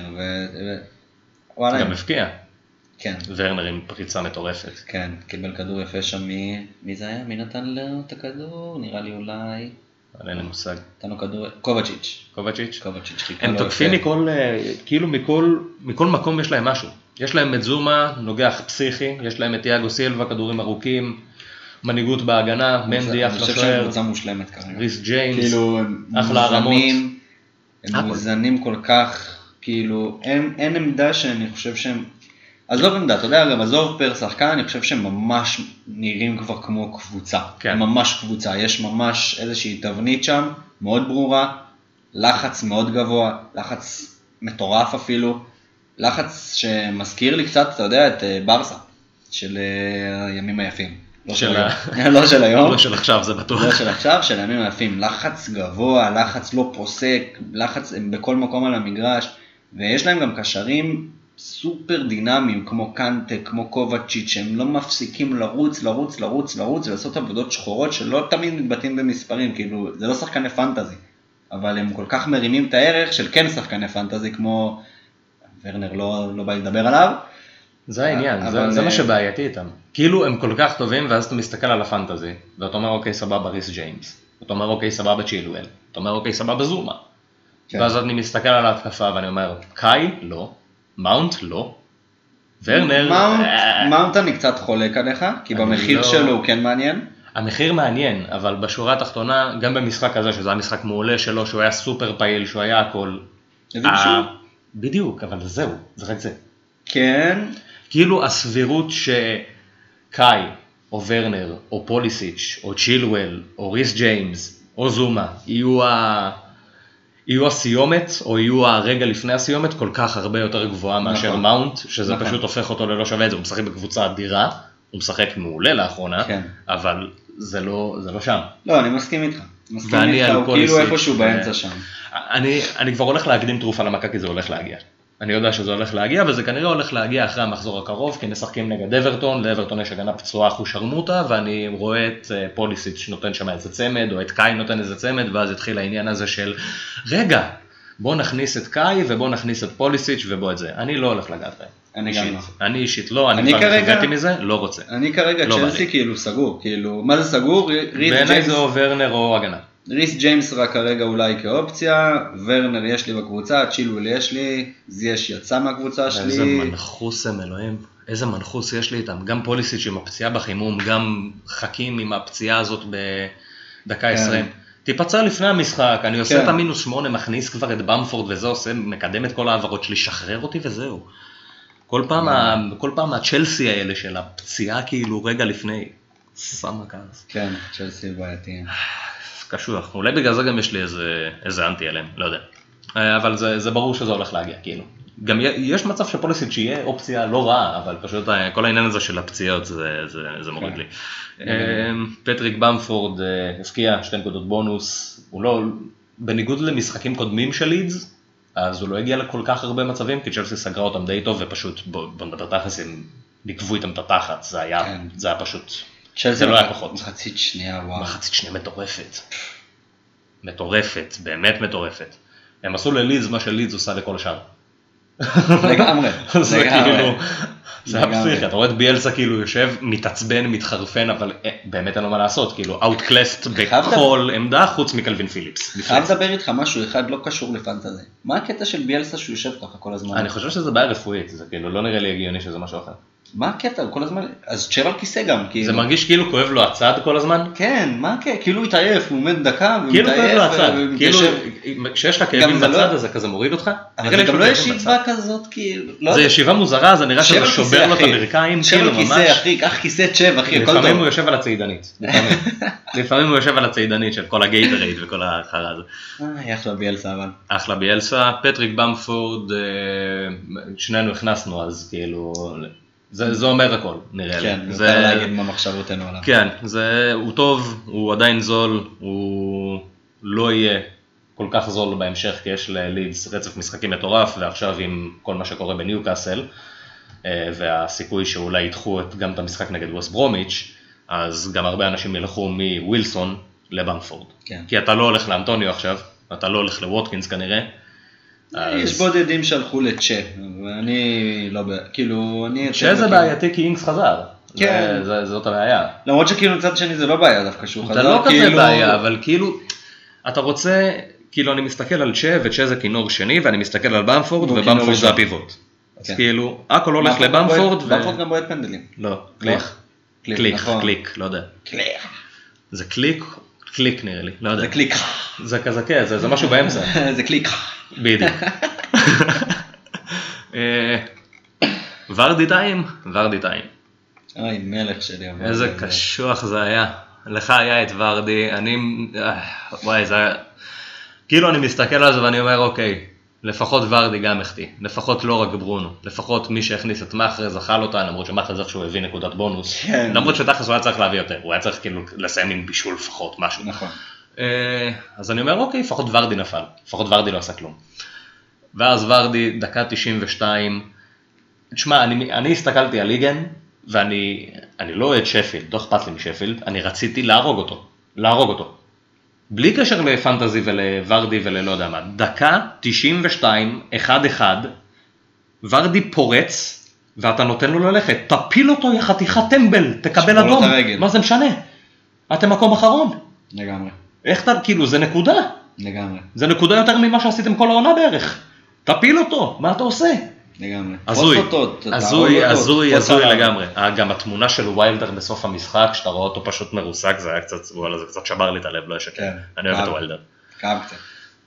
[SPEAKER 1] גם הפקיע.
[SPEAKER 2] כן.
[SPEAKER 1] ורנר עם פריצה מטורפת.
[SPEAKER 2] כן, קיבל כדור יפה שם מי זה היה? מי נתן לו את הכדור? נראה לי אולי...
[SPEAKER 1] אין לי מושג.
[SPEAKER 2] נתן לו כדור... קובצ'יץ'.
[SPEAKER 1] קובצ'יץ'?
[SPEAKER 2] קובצ'יץ' חיכה
[SPEAKER 1] הם תוקפים כאילו מכל מקום יש להם משהו. יש להם את זומה, נוגח פסיכי, יש להם את יאגו סילבה, כדורים ארוכים, מנהיגות בהגנה, מנדי אחלה שוער.
[SPEAKER 2] אני חושב שהם קבוצה מושלמת כרגע.
[SPEAKER 1] ריס ג'יימס,
[SPEAKER 2] כאילו,
[SPEAKER 1] אחלה הרמות.
[SPEAKER 2] הם מוזנים כל כך, כאילו, אין עמדה שאני חושב שהם... עזוב עמדה, אתה יודע, גם עזוב פר שחקן, אני חושב שהם ממש נראים כבר כמו קבוצה.
[SPEAKER 1] כן.
[SPEAKER 2] הם ממש קבוצה, יש ממש איזושהי תבנית שם, מאוד ברורה, לחץ מאוד גבוה, לחץ מטורף אפילו, לחץ שמזכיר לי קצת, אתה יודע, את ברסה, של הימים היפים. לא של היום.
[SPEAKER 1] לא של עכשיו, זה בטוח.
[SPEAKER 2] לא של עכשיו, של הימים היפים. לחץ גבוה, לחץ לא פוסק, לחץ בכל מקום על המגרש, ויש להם גם קשרים סופר דינמיים, כמו קנטה, כמו קובצ'יץ', שהם לא מפסיקים לרוץ, ולעשות עבודות שחורות שלא תמיד מתבטאים במספרים, כאילו, זה לא שחקני פנטזי, אבל הם כל כך מרימים את הערך של כן שחקני פנטזי, כמו ורנר לא בא לדבר עליו. זה
[SPEAKER 1] העניין, זה מה שבעייתי איתם. כאילו הם כל כך טובים, ואז אתה מסתכל על הפנטזי, ואתה אומר אוקיי סבבה ריס ג'יימס, ואתה אומר אוקיי סבבה צ'ילואל, אתה אומר אוקיי סבבה זומה, ואז אני מסתכל על ההתקפה ואני אומר קאי לא, מאונט לא, ורנר...
[SPEAKER 2] מאונט אני קצת חולק עליך, כי במחיר שלו הוא כן מעניין.
[SPEAKER 1] המחיר מעניין, אבל בשורה התחתונה, גם במשחק הזה, שזה היה משחק מעולה שלו, שהוא היה סופר פעיל, שהוא היה הכל... בדיוק, אבל זהו, זה רק זה.
[SPEAKER 2] כן.
[SPEAKER 1] כאילו הסבירות שקאי, או ורנר, או פוליסיץ', או צ'ילואל, או ריס ג'יימס, או זומה, יהיו הסיומת, או יהיו הרגע לפני הסיומת, כל כך הרבה יותר גבוהה מאשר מאונט, שזה פשוט הופך אותו ללא שווה את זה, הוא משחק בקבוצה אדירה, הוא משחק מעולה לאחרונה, אבל זה לא שם.
[SPEAKER 2] לא, אני מסכים איתך. הוא כאילו איפשהו באמצע שם.
[SPEAKER 1] אני כבר הולך להקדים תרופה למכה, כי זה הולך להגיע. אני יודע שזה הולך להגיע, וזה כנראה הולך להגיע אחרי המחזור הקרוב, כי משחקים נגד אברטון, לאברטון יש הגנה פצועה חושרמוטה, ואני רואה את פוליסיץ' נותן שם איזה צמד, או את קאי נותן איזה צמד, ואז התחיל העניין הזה של, רגע, בוא נכניס את קאי, ובוא נכניס את פוליסיץ' ובוא את זה. אני לא הולך לגעת בהם. אני אישית לא, אני כבר חוויתי מזה, לא רוצה.
[SPEAKER 2] אני כרגע צ'לסי כאילו סגור, כאילו, מה זה סגור?
[SPEAKER 1] בעיניי זה או ורנר או הגנה.
[SPEAKER 2] ריס ג'יימס רק כרגע אולי כאופציה, ורנר יש לי בקבוצה, צ'ילואל יש לי, זייש יצא מהקבוצה שלי.
[SPEAKER 1] איזה מנחוס הם אלוהים, איזה מנחוס יש לי איתם, גם פוליסיץ' עם הפציעה בחימום, גם חכים עם הפציעה הזאת בדקה 20. תיפצע לפני המשחק, אני עושה
[SPEAKER 2] כן.
[SPEAKER 1] את המינוס 8, מכניס כבר את במפורד וזה עושה, מקדם את כל העברות שלי, שחרר אותי וזהו. כל פעם הצ'לסי האלה של הפציעה כאילו רגע לפני, שמה כעס.
[SPEAKER 2] כן, צ'לסי בעייתי.
[SPEAKER 1] קשוח, אולי בגלל זה גם יש לי איזה אנטי עליהם, לא יודע. אבל זה ברור שזה הולך להגיע, כאילו. גם יש מצב שפוליסיץ' שיהיה אופציה לא רעה, אבל פשוט כל העניין הזה של הפציעות זה מוריד לי. פטריק במפורד הפקיע 2 נקודות בונוס, הוא לא, בניגוד למשחקים קודמים של לידס, אז הוא לא הגיע לכל כך הרבה מצבים, כי צ'לסי סגרה אותם די טוב, ופשוט בוא נדבר תכלס, הם נקבו איתם את התחת, זה היה פשוט, זה לא היה פחות.
[SPEAKER 2] מחצית שנייה, וואו.
[SPEAKER 1] מחצית שנייה מטורפת. מטורפת, באמת מטורפת. הם עשו ללידס מה שלידס עושה לכל השאר.
[SPEAKER 2] לגמרי.
[SPEAKER 1] זה כאילו, זה הפסיכי, אתה רואה את ביאלסה כאילו יושב, מתעצבן, מתחרפן, אבל באמת אין לו מה לעשות, כאילו outclassed בכל עמדה חוץ מקלווין פיליפס.
[SPEAKER 2] חייב לדבר איתך משהו אחד לא קשור לפנטזי. מה הקטע של ביאלסה שהוא יושב ככה כל הזמן?
[SPEAKER 1] אני חושב שזה בעיה רפואית, זה כאילו לא נראה לי הגיוני שזה משהו אחר.
[SPEAKER 2] מה הקטע? כל הזמן, אז תשב על כיסא גם, כאילו.
[SPEAKER 1] זה מרגיש כאילו כואב לו הצד כל הזמן?
[SPEAKER 2] כן, מה הקטע? כאילו הוא התעייף, הוא עומד דקה, והוא
[SPEAKER 1] כאילו כואב לו
[SPEAKER 2] מתעייף,
[SPEAKER 1] הצד, כאילו כשיש לך כאבים בצד הזה כזה מוריד אותך?
[SPEAKER 2] אבל זה גם לא ישיבה כזאת, כאילו,
[SPEAKER 1] זה ישיבה מוזרה, זה נראה שזה שובר לו את הברכיים, כאילו ממש.
[SPEAKER 2] שב על כיסא, אחי, קח כיסא, תשב, אחי, הכל טוב.
[SPEAKER 1] לפעמים הוא יושב על הצעידנית, לפעמים הוא יושב על הצעידנית של כל הגייטרייד וכל החרא הזה.
[SPEAKER 2] אחלה ביאלסה אבל.
[SPEAKER 1] אחלה ביאלסה, פטריק במפורד, שנינו הכנסנו אז כאילו, זה אומר הכל, נראה לי.
[SPEAKER 2] כן, יותר להגיד מה מחשבותינו עליו.
[SPEAKER 1] כן, הוא טוב, הוא עדיין זול, הוא לא יהיה כל כך זול בהמשך, כי יש ללידס רצף משחקים מטורף, ועכשיו עם כל מה שקורה בניוקאסל, והסיכוי שאולי ידחו גם את המשחק נגד ווסט ברומיץ', אז גם הרבה אנשים ילכו מווילסון לבמפורד.
[SPEAKER 2] כן.
[SPEAKER 1] כי אתה לא הולך לאנטוניו עכשיו, אתה לא הולך לווטקינס כנראה.
[SPEAKER 2] יש בודדים שהלכו לצ'ה, ואני לא, כאילו, אני...
[SPEAKER 1] צ'ה זה בעייתי כי אינגס חזר.
[SPEAKER 2] כן.
[SPEAKER 1] זאת הבעיה.
[SPEAKER 2] למרות שכאילו מצד שני זה לא בעיה דווקא שהוא חזר.
[SPEAKER 1] זה לא כזה בעיה, אבל כאילו, אתה רוצה, כאילו אני מסתכל על צ'ה, וצ'ה זה כינור שני, ואני מסתכל על במפורד, ובמפורד זה הפיבוט. אז כאילו, הכל הולך לבמפורד.
[SPEAKER 2] במפורד גם בועט פנדלים.
[SPEAKER 1] לא, קליק, לא יודע. זה קליק נראה לי, לא יודע.
[SPEAKER 2] זה קליק.
[SPEAKER 1] זה כזה, כן, זה משהו באמצע.
[SPEAKER 2] זה קליק.
[SPEAKER 1] בדיוק. ורדי טיים.
[SPEAKER 2] אוי, מלך שלי.
[SPEAKER 1] איזה קשוח זה היה. לך היה את ורדי, וואי, זה היה... כאילו אני מסתכל על זה ואני אומר, אוקיי, לפחות ורדי גם החטיא, לפחות לא רק ברונו, לפחות מי שהכניס את מחרז אכל אותה, למרות שמחרז איכשהו הביא נקודת בונוס, למרות שתכלס הוא היה צריך להביא יותר, הוא היה צריך כאילו לסיים עם בישול לפחות, משהו.
[SPEAKER 2] נכון.
[SPEAKER 1] אז אני אומר, אוקיי, לפחות ורדי נפל, לפחות ורדי לא עשה כלום. ואז ורדי, דקה 92, תשמע, אני הסתכלתי על ליגן, ואני לא אוהד שפילד, לא אכפת לי משפילד, אני רציתי להרוג אותו. בלי קשר לפנטזי ולוורדי וללא יודע מה, דקה 92, 1-1, ורדי פורץ, ואתה נותן לו ללכת, תפיל אותו יחתיכת טמבל, תקבל אדום, מה זה משנה? אתם מקום אחרון.
[SPEAKER 2] לגמרי.
[SPEAKER 1] איך אתה, כאילו זה נקודה.
[SPEAKER 2] לגמרי.
[SPEAKER 1] זה נקודה יותר ממה שעשיתם כל העונה בערך. תפיל אותו, מה אתה עושה?
[SPEAKER 2] לגמרי.
[SPEAKER 1] הזוי לגמרי. גם התמונה של ויילדר בסוף המשחק, שאתה רואה אותו פשוט מרוסק, זה היה קצת שבר לי את הלב, לא ישקר. אני אוהב את ויילדר.
[SPEAKER 2] כאב קצת.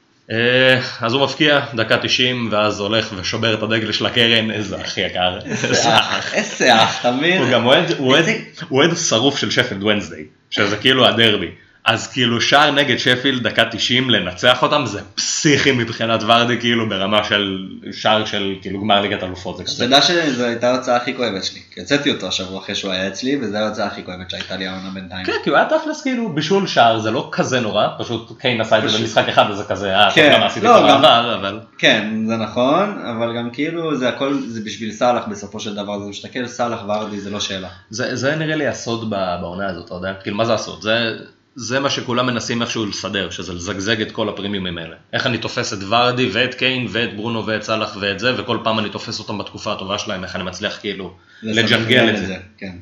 [SPEAKER 1] אז הוא מפקיע, דקה 90, ואז הולך ושובר את הדגל של הקרן, איזה אחי יקר.
[SPEAKER 2] איזה אח, תמיד.
[SPEAKER 1] הוא גם אוהד שרוף של שפילד ונסדיי, שזה כאילו הדרבי. אז כאילו שער נגד שפילד דקה 90 לנצח אותם זה פסיכי מבחינת ורדי כאילו ברמה של שער של כאילו גמר ליגת אלופות.
[SPEAKER 2] אתה יודע שזו הייתה ההוצאה הכי כואבת שלי, כי יצאתי אותו השבוע אחרי שהוא היה אצלי וזו ההוצאה הכי כואבת שהייתה לי העונה בינתיים.
[SPEAKER 1] כן, כי הוא היה תכלס כאילו בישול שער, זה לא כזה נורא, פשוט קיין עשה את זה במשחק אחד וזה כזה,
[SPEAKER 2] כן,
[SPEAKER 1] עשיתי את זה בעבר, אבל...
[SPEAKER 2] כן, זה נכון, אבל גם כאילו זה הכל, זה בשביל סלח בסופו של דבר, זה משתכל סלח ורדי, זה לא שאלה.
[SPEAKER 1] זה נראה לי הסוד בעונה הזאת, אתה יודע? כאילו מה זה הסוד? זה מה שכולם מנסים איכשהו לסדר, שזה לזגזג את כל הפרימיומים האלה. איך אני תופס את ורדי ואת קיין ואת ברונו ואת סלח ואת זה, וכל פעם אני תופס אותם בתקופה הטובה שלהם, איך אני מצליח כאילו לג'נגל את זה.
[SPEAKER 2] כן.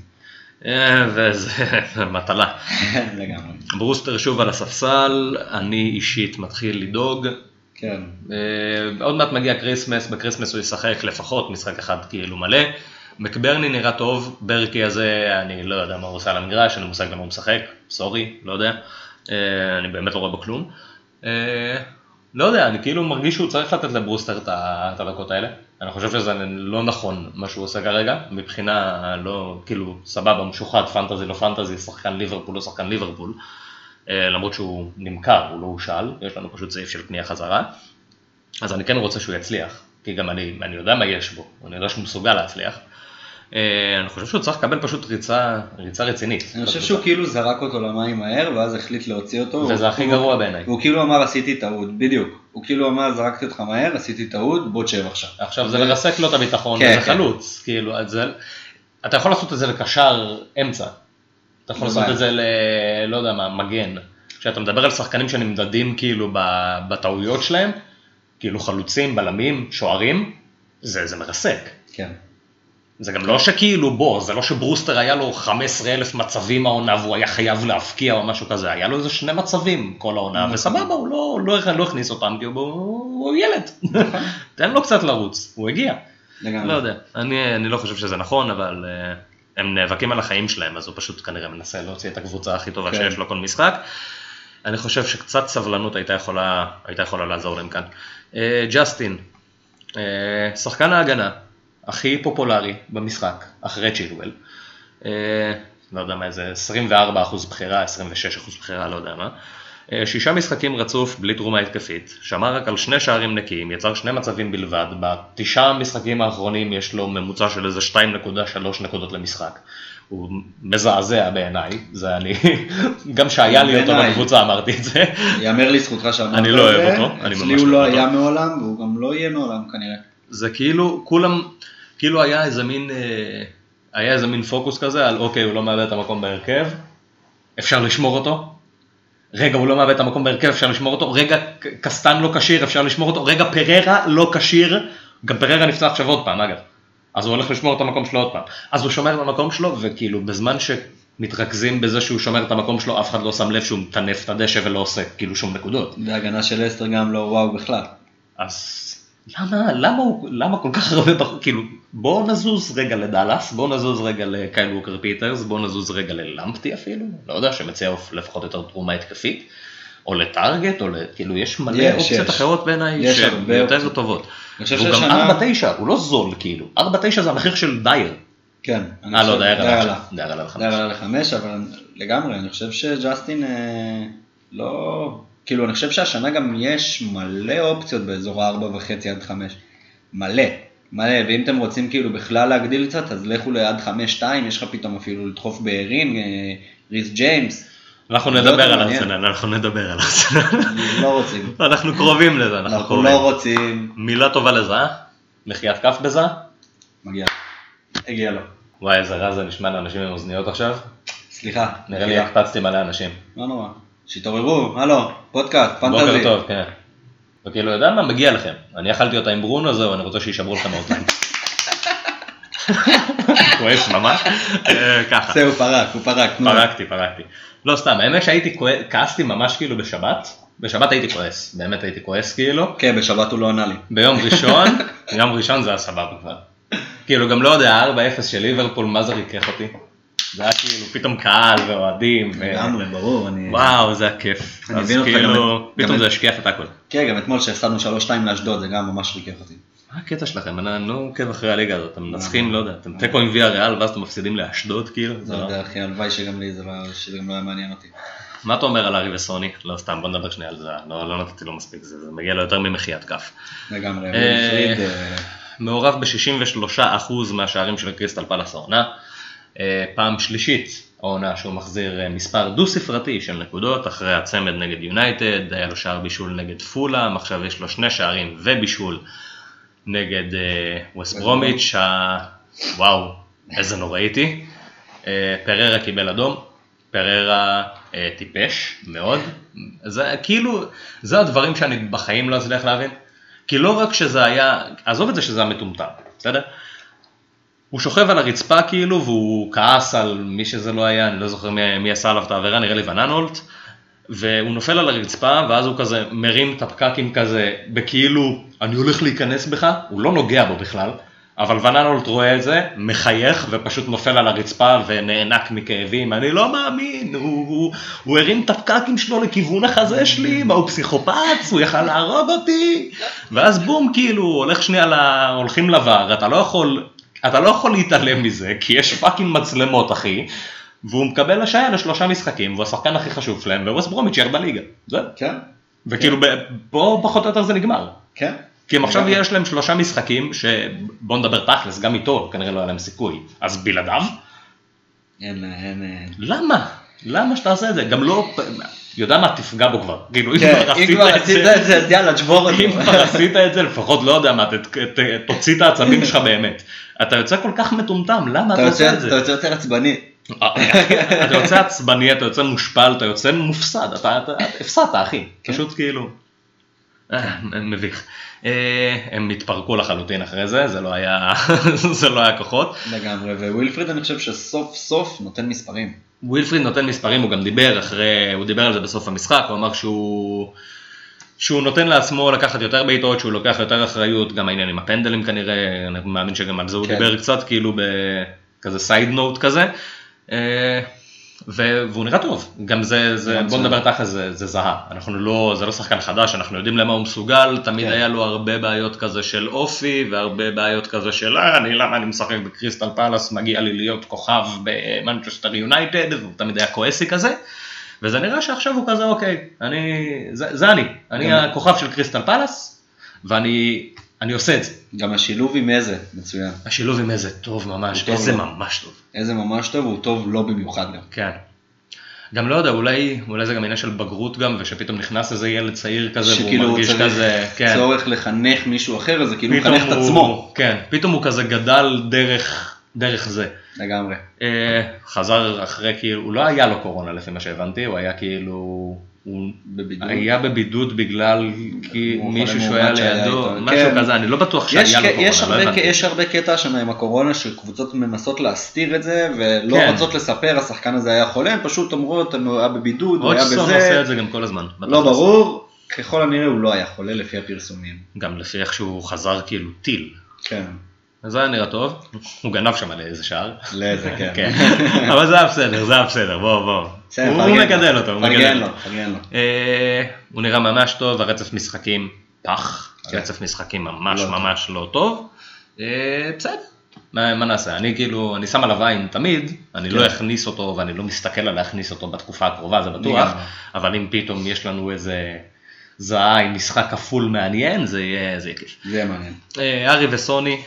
[SPEAKER 1] וזה מטלה.
[SPEAKER 2] לגמרי.
[SPEAKER 1] ברוסטר שוב על הספסל, אני אישית מתחיל לדאוג.
[SPEAKER 2] כן.
[SPEAKER 1] עוד מעט מגיע קריסמס, בקריסמס הוא ישחק לפחות משחק אחד כאילו מלא. מקברני נראה טוב, ברקי הזה, אני לא יודע מה הוא עושה על המגרש, אני מושג למה הוא משחק, סורי, לא יודע. אני באמת לא רואה בו כלום. לא יודע, אני כאילו מרגיש שהוא צריך לתת לברוסטר את הדקות האלה. אני חושב שזה לא נכון מה שהוא עושה כרגע, מבחינה לא, כאילו, סבבה, משוחד, פנטזי, לא פנטזי, שחקן ליברפול, לא שחקן ליברפול. למרות שהוא נמכר, הוא לא הושאל, יש לנו פשוט סעיף של קנייה חזרה. אז אני כן רוצה שהוא יצליח, כי גם אני יודע מה יש בו, אני יודע שהוא מסוגל להצליח. אני חושב שהוא צריך לקבל פשוט ריצה רצינית.
[SPEAKER 2] אני חושב שהוא כאילו זרק אותו למים מהר, ואז החליט להוציא אותו.
[SPEAKER 1] וזה הכי גרוע בעיניי.
[SPEAKER 2] הוא כאילו אמר עשיתי טעות, בדיוק. הוא כאילו אמר זרקתי אותך מהר, עשיתי טעות, בוא תשב עכשיו.
[SPEAKER 1] עכשיו זה לרסק לו את הביטחון, זה חלוץ. כאילו, אתה יכול לעשות את זה לקשר אמצע. אתה יכול לעשות את זה לא יודע מה, מגן. כשאתה מדבר על שחקנים שנמדדים כאילו בטעויות שלהם, כאילו חלוצים, בלמים, שוערים, זה מרסק.
[SPEAKER 2] כן.
[SPEAKER 1] זה גם לא שכאילו זה לא שברוסטר היה לו 15,000 מצבים העונה והוא היה חייב להפקיע או משהו כזה, היה לו איזה 2 מצבים כל העונה, וסבבה, הוא לא הכניס אותם, כי הוא ילד, תן לו קצת לרוץ, הוא הגיע. לא יודע, אני לא חושב שזה נכון, אבל הם נאבקים על החיים שלהם, אז הוא פשוט כנראה מנסה להוציא את הקבוצה הכי טובה שיש לו כל משחק. אני חושב שקצת סבלנות הייתה יכולה לעזור להם כאן. ג'סטין, שחקן ההגנה, הכי פופולרי במשחק, אחרי צ'ילואל, לא יודע מה, איזה 24% בחירה, 26% בחירה, לא יודע מה, 6 משחקים רצוף בלי תרומה התקפית, שמר רק על 2 שערים נקיים, יצר 2 מצבים בלבד, ב9 המשחקים האחרונים יש לו ממוצע של איזה 2.3 נקודות למשחק, הוא מזעזע בעיניי, זה אני, גם שהיה לי אותו בקבוצה אמרתי את זה.
[SPEAKER 2] יאמר לי זכותך שאמרת את זה,
[SPEAKER 1] אני לא אוהב אותו,
[SPEAKER 2] אצלי הוא לא היה מעולם, והוא גם לא יהיה מעולם כנראה.
[SPEAKER 1] זה כאילו, כולם, כאילו היה איזה מין פוקוס כזה על אוקיי, הוא לא מאבד את המקום בהרכב, אפשר לשמור אותו, רגע הוא לא מאבד את המקום בהרכב, אפשר לשמור אותו, רגע קסטן לא קשיר, אפשר לשמור אותו, רגע פררה לא קשיר, גם פררה נפצע עכשיו עוד פעם אגב, אז הוא הולך לשמור את המקום שלו עוד פעם, אז הוא שומר את המקום שלו, וכאילו בזמן שמתרכזים בזה שהוא שומר את המקום שלו, אף אחד לא שם לב שהוא מטנף את הדשא ולא עושה כאילו שום נקודות.
[SPEAKER 2] בהגנה של אסטר גם לא וואו בכלל.
[SPEAKER 1] אז למה כל כך הרבה, כאילו, בואו נזוז רגע לדלס, בואו נזוז רגע לקייל ווקר פיטרס, בואו נזוז רגע ללמפטי אפילו, לא יודע, שמציע לפחות יותר תרומה התקפית, או לטארגט, או כאילו, יש מלא אופציות אחרות בעיניי, שיותר טובות. הוא גם 4-9, הוא לא זול כאילו, 4-9 זה המחיר של דייר.
[SPEAKER 2] כן.
[SPEAKER 1] לא, דייר
[SPEAKER 2] עלה ל5, אבל לגמרי, אני חושב שג'סטין לא... כאילו, אני חושב שהשנה גם יש מלא אופציות באזור 4.5 עד 5. מלא. ואם אתם רוצים כאילו בכלל להגדיל קצת, אז לכו לעד 5-2, יש לך פתאום אפילו לדחוף בעירים, ריס ג'יימס.
[SPEAKER 1] אנחנו נדבר על ארסנל,
[SPEAKER 2] לא רוצים.
[SPEAKER 1] אנחנו קרובים לזה,
[SPEAKER 2] אנחנו לא רוצים.
[SPEAKER 1] מילה טובה לזה, מחיית כף בזה?
[SPEAKER 2] הגיע לו.
[SPEAKER 1] וואי, איזה רע זה נשמע לאנשים עם אוזניות עכשיו.
[SPEAKER 2] סליחה.
[SPEAKER 1] נראה לי הקפצתי מלא אנשים.
[SPEAKER 2] לא נורא. שיתעוררו, הלו, פודקאסט, פנטזי.
[SPEAKER 1] בוקר טוב, כן. וכאילו, יודע מה, מגיע לכם. אני אכלתי אותה עם ברונו הזה, ואני רוצה שישברו לכם האוזניים. כועס ממש. ככה.
[SPEAKER 2] זהו, הוא פרק.
[SPEAKER 1] פרקתי. לא סתם, האמת כעסתי ממש כאילו בשבת הייתי כועס, באמת הייתי כועס כאילו.
[SPEAKER 2] כן, בשבת הוא לא ענה לי.
[SPEAKER 1] ביום ראשון זה היה סבבה כבר. כאילו, גם לא יודע, 4-0 של ליברפול, מה זה ריכך אותי? זה היה כאילו פתאום קהל ואוהדים.
[SPEAKER 2] לגמרי, ברור.
[SPEAKER 1] וואו, זה היה כיף. אז כאילו, פתאום זה השקיף את הכל.
[SPEAKER 2] כן, גם אתמול שהפסדנו 3-2 לאשדוד, זה גם ממש ריכך אותי.
[SPEAKER 1] מה הקטע שלכם? אני לא עוקב אחרי הליגה הזאת, אתם מנצחים, לא יודע, אתם תיקו עם ויה ריאל, ואז אתם מפסידים לאשדוד, כאילו.
[SPEAKER 2] זה דרך, הלוואי שגם לי, זה גם לא היה מעניין אותי.
[SPEAKER 1] מה אתה אומר על ארי וסוני? לא סתם, בוא נדבר שנייה על זה, לא נתתי לו מספיק, זה מגיע לו יותר ממחיית כף.
[SPEAKER 2] לגמרי,
[SPEAKER 1] מעורב ב-63% מהשערים של קריסטל פלאס העונה, פעם שלישית העונה שהוא מחזיר מספר דו ספרתי של נקודות, אחרי הצמד נגד יונייטד, היה לו שער בישול נגד פולה, עכשיו יש לו 2 שערים ובישול נגד ווסט ברומיץ', וואו, איזה נוראיתי. פררה קיבל אדום, פררה טיפש מאוד, זה כאילו, זה הדברים שאני בחיים לא אצליח להבין, כי לא רק שזה היה, עזוב את זה שזה היה מטומטם, בסדר? הוא שוכב על הרצפה כאילו, והוא כעס על מי שזה לא היה, אני לא זוכר מי עשה עליו את העבירה, נראה לי וננולט, והוא נופל על הרצפה, ואז הוא כזה מרים את הפקקים כזה, בכאילו, אני הולך להיכנס בך, הוא לא נוגע בו בכלל, אבל ונאנולט רואה את זה, מחייך ופשוט נופל על הרצפה ונענק מכאבים, אני לא מאמין, הוא הרים את הפקקים שלו לכיוון החזה שלי, מה הוא פסיכופת, הוא יכל להרוג אותי, ואז בום, כאילו, הולך שנייה, הולכים לבר, אתה לא יכול להתעלם מזה, כי יש פאקינג מצלמות, אחי, והוא מקבל השעיה ל3 משחקים, והוא השחקן הכי חשוב שלהם, וווסט ברומיץ' ירד בליגה, זהו.
[SPEAKER 2] כן.
[SPEAKER 1] וכאילו, פה פחות או יותר זה נגמר.
[SPEAKER 2] כן.
[SPEAKER 1] כי הם עכשיו יש להם 3 משחקים, שבוא נדבר תכלס, גם איתו, כנראה לא היה להם סיכוי. אז בלעדיו?
[SPEAKER 2] אין.
[SPEAKER 1] למה? למה שאתה עושה את זה? גם לא, יודע מה, תפגע בו כבר. כאילו,
[SPEAKER 2] אם כבר עשית את זה, אז יאללה, תשבור אותו.
[SPEAKER 1] אם כבר עשית את זה, לפחות לא יודע מה, תוציא את העצבים שלך באמת. אתה יוצא כל כך מטומטם, למה אתה עושה את זה?
[SPEAKER 2] אתה יוצא יותר עצבני.
[SPEAKER 1] אתה יוצא עצבני, אתה יוצא מושפל, אתה יוצא מופסד, אתה הפסדת, אחי. פשוט כאילו, מביך. הם התפרקו לחלוטין אחרי זה, זה לא היה כוחות.
[SPEAKER 2] לגמרי, ווילפריד אני חושב שסוף סוף נותן מספרים.
[SPEAKER 1] ווילפריד נותן מספרים, הוא גם דיבר על זה בסוף המשחק, הוא אמר שהוא נותן לעצמו לקחת יותר בעיטות, שהוא לוקח יותר אחריות, גם העניין עם הפנדלים כנראה, אני מאמין שגם על זה הוא דיבר קצת, כאילו בכזה סייד נוט כזה, והוא נראה טוב, גם זה, בוא נדבר תכל'ס, זה זהה, זה לא שחקן חדש, אנחנו יודעים למה הוא מסוגל, תמיד היה לו הרבה בעיות כזה של אופי, והרבה בעיות כזה של, למה אני משחק בקריסטל פלאס, מגיע לי להיות כוכב במנצ'סטר יונייטד, והוא תמיד היה כועסי כזה, וזה נראה שעכשיו הוא כזה, אוקיי, זה אני הכוכב של קריסטל פלאס, ואני עושה את זה.
[SPEAKER 2] גם השילוב עם איזה, מצוין.
[SPEAKER 1] השילוב עם איזה טוב ממש, איזה ממש טוב.
[SPEAKER 2] איזה ממש טוב, הוא טוב לא במיוחד גם.
[SPEAKER 1] כן. גם לא יודע, אולי זה גם עניין של בגרות גם, ושפתאום נכנס איזה ילד צעיר כזה, והוא מרגיש כזה,
[SPEAKER 2] כן. צורך לחנך מישהו אחר, אז זה כאילו מחנך את עצמו.
[SPEAKER 1] כן, פתאום הוא כזה גדל דרך זה.
[SPEAKER 2] לגמרי.
[SPEAKER 1] חזר אחרי כאילו, הוא לא היה לו קורונה לפי מה שהבנתי, הוא היה כאילו, הוא היה בבידוד בגלל מישהו שהוא היה לידו, משהו כזה, אני לא בטוח שהיה לו קורונה.
[SPEAKER 2] יש הרבה קטע שנה עם הקורונה, שקבוצות מנסות להסתיר את זה, ולא רוצות לספר, השחקן הזה היה חולה, הם פשוט אומרות, הוא היה בבידוד, הוא היה בזה.
[SPEAKER 1] הודג'סון עושה את זה גם כל הזמן.
[SPEAKER 2] לא ברור, ככל הנראה הוא לא היה חולה לפי הפרסומים.
[SPEAKER 1] גם לפי איך שהוא חזר כאילו טיל.
[SPEAKER 2] כן.
[SPEAKER 1] אז זה היה נראה טוב, הוא גנב שם לאיזה שער.
[SPEAKER 2] לאיזה, כן.
[SPEAKER 1] אבל זה היה בסדר, בוא. הוא מגדל אותו,
[SPEAKER 2] פרגן לו.
[SPEAKER 1] הוא נראה ממש טוב, הרצף משחקים פח, רצף משחקים ממש לא טוב. בסדר, מה נעשה? אני שם עליו עין תמיד, אני לא אכניס אותו ואני לא מסתכל על להכניס אותו בתקופה הקרובה, זה בטוח, אבל אם פתאום יש לנו איזה זהה עם משחק כפול מעניין, זה יהיה כיף.
[SPEAKER 2] זה יהיה מעניין.
[SPEAKER 1] ארי וסוני,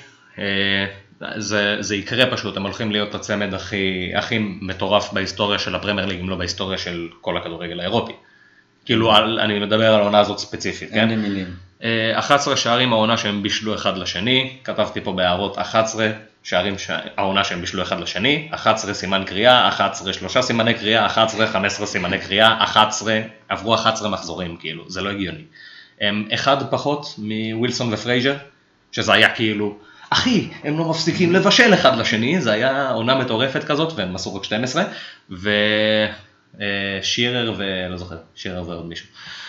[SPEAKER 1] זה יקרה פשוט, הם הולכים להיות הצמד הכי מטורף בהיסטוריה של הפרמייר ליג, אם לא בהיסטוריה של כל הכדורגל האירופי. כאילו, אני מדבר על העונה הזאת ספציפית, כן?
[SPEAKER 2] אין לי מילים.
[SPEAKER 1] 11 שערים העונה שהם בישלו אחד לשני, כתבתי פה בהערות 11 שערים העונה שהם בישלו אחד לשני, 11 סימן קריאה, 11 3 סימני קריאה, 11 15 סימני קריאה, 11 עברו 11 מחזורים, כאילו, זה לא הגיוני. אחד פחות מווילסון ופרייזר, שזה היה כאילו, אחי, הם לא מפסיקים לבשל אחד לשני, זה היה עונה מטורפת כזאת, והם מסרו רק 12, ושירר ולא זוכר, שירר ועוד מישהו,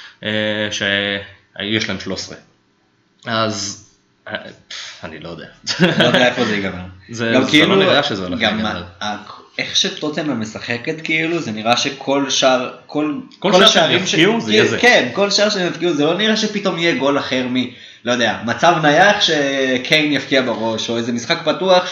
[SPEAKER 1] שיש להם 13. אז אני לא יודע.
[SPEAKER 2] לא יודע איפה זה ייגמר.
[SPEAKER 1] זה לא נראה שזה הולך להיגמר.
[SPEAKER 2] איך שטוטנהאם משחקת כאילו, זה נראה שכל שער, כל
[SPEAKER 1] השערים יפקיעו, זה יהיה זה.
[SPEAKER 2] כן, כל שער שהם יפקיעו, זה לא נראה שפתאום יהיה גול אחר לא יודע, מצב נייח שקיין יפקיע בראש, או איזה משחק פתוח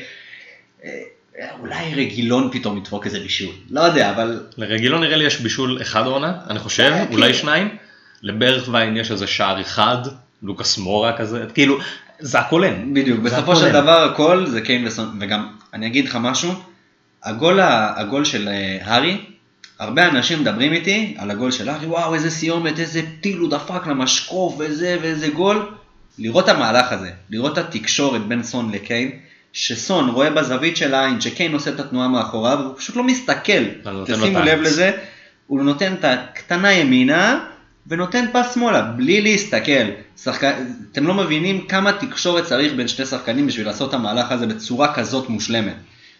[SPEAKER 2] שאולי רגילון פתאום ידפוק איזה בישול, לא יודע, אבל...
[SPEAKER 1] לרגילון נראה לי יש בישול אחד עונה, אני חושב, אולי 2, לברכווין יש איזה שער אחד, לוקאס מורה כזה, כאילו, זה הכל אין.
[SPEAKER 2] בדיוק, בסופו של דבר הכל זה קיין וסון, וגם, אני אגיד לך משהו, הגול של הארי, הרבה אנשים מדברים איתי על הגול של הארי, וואו איזה סיומת, איזה טיל הוא דפק למשקוף ואיזה גול. לראות המהלך הזה, לראות התקשורת בין סון לקיין, שסון רואה בזווית של העין שקיין עושה את התנועה מאחוריו, הוא פשוט לא מסתכל, תשימו לב לזה, הוא נותן את הקטנה ימינה ונותן פס שמאלה, בלי להסתכל. אתם לא מבינים כמה תקשורת צריך בין שני שחקנים בשביל לעשות את המהלך הזה בצורה כזאת מושלמת.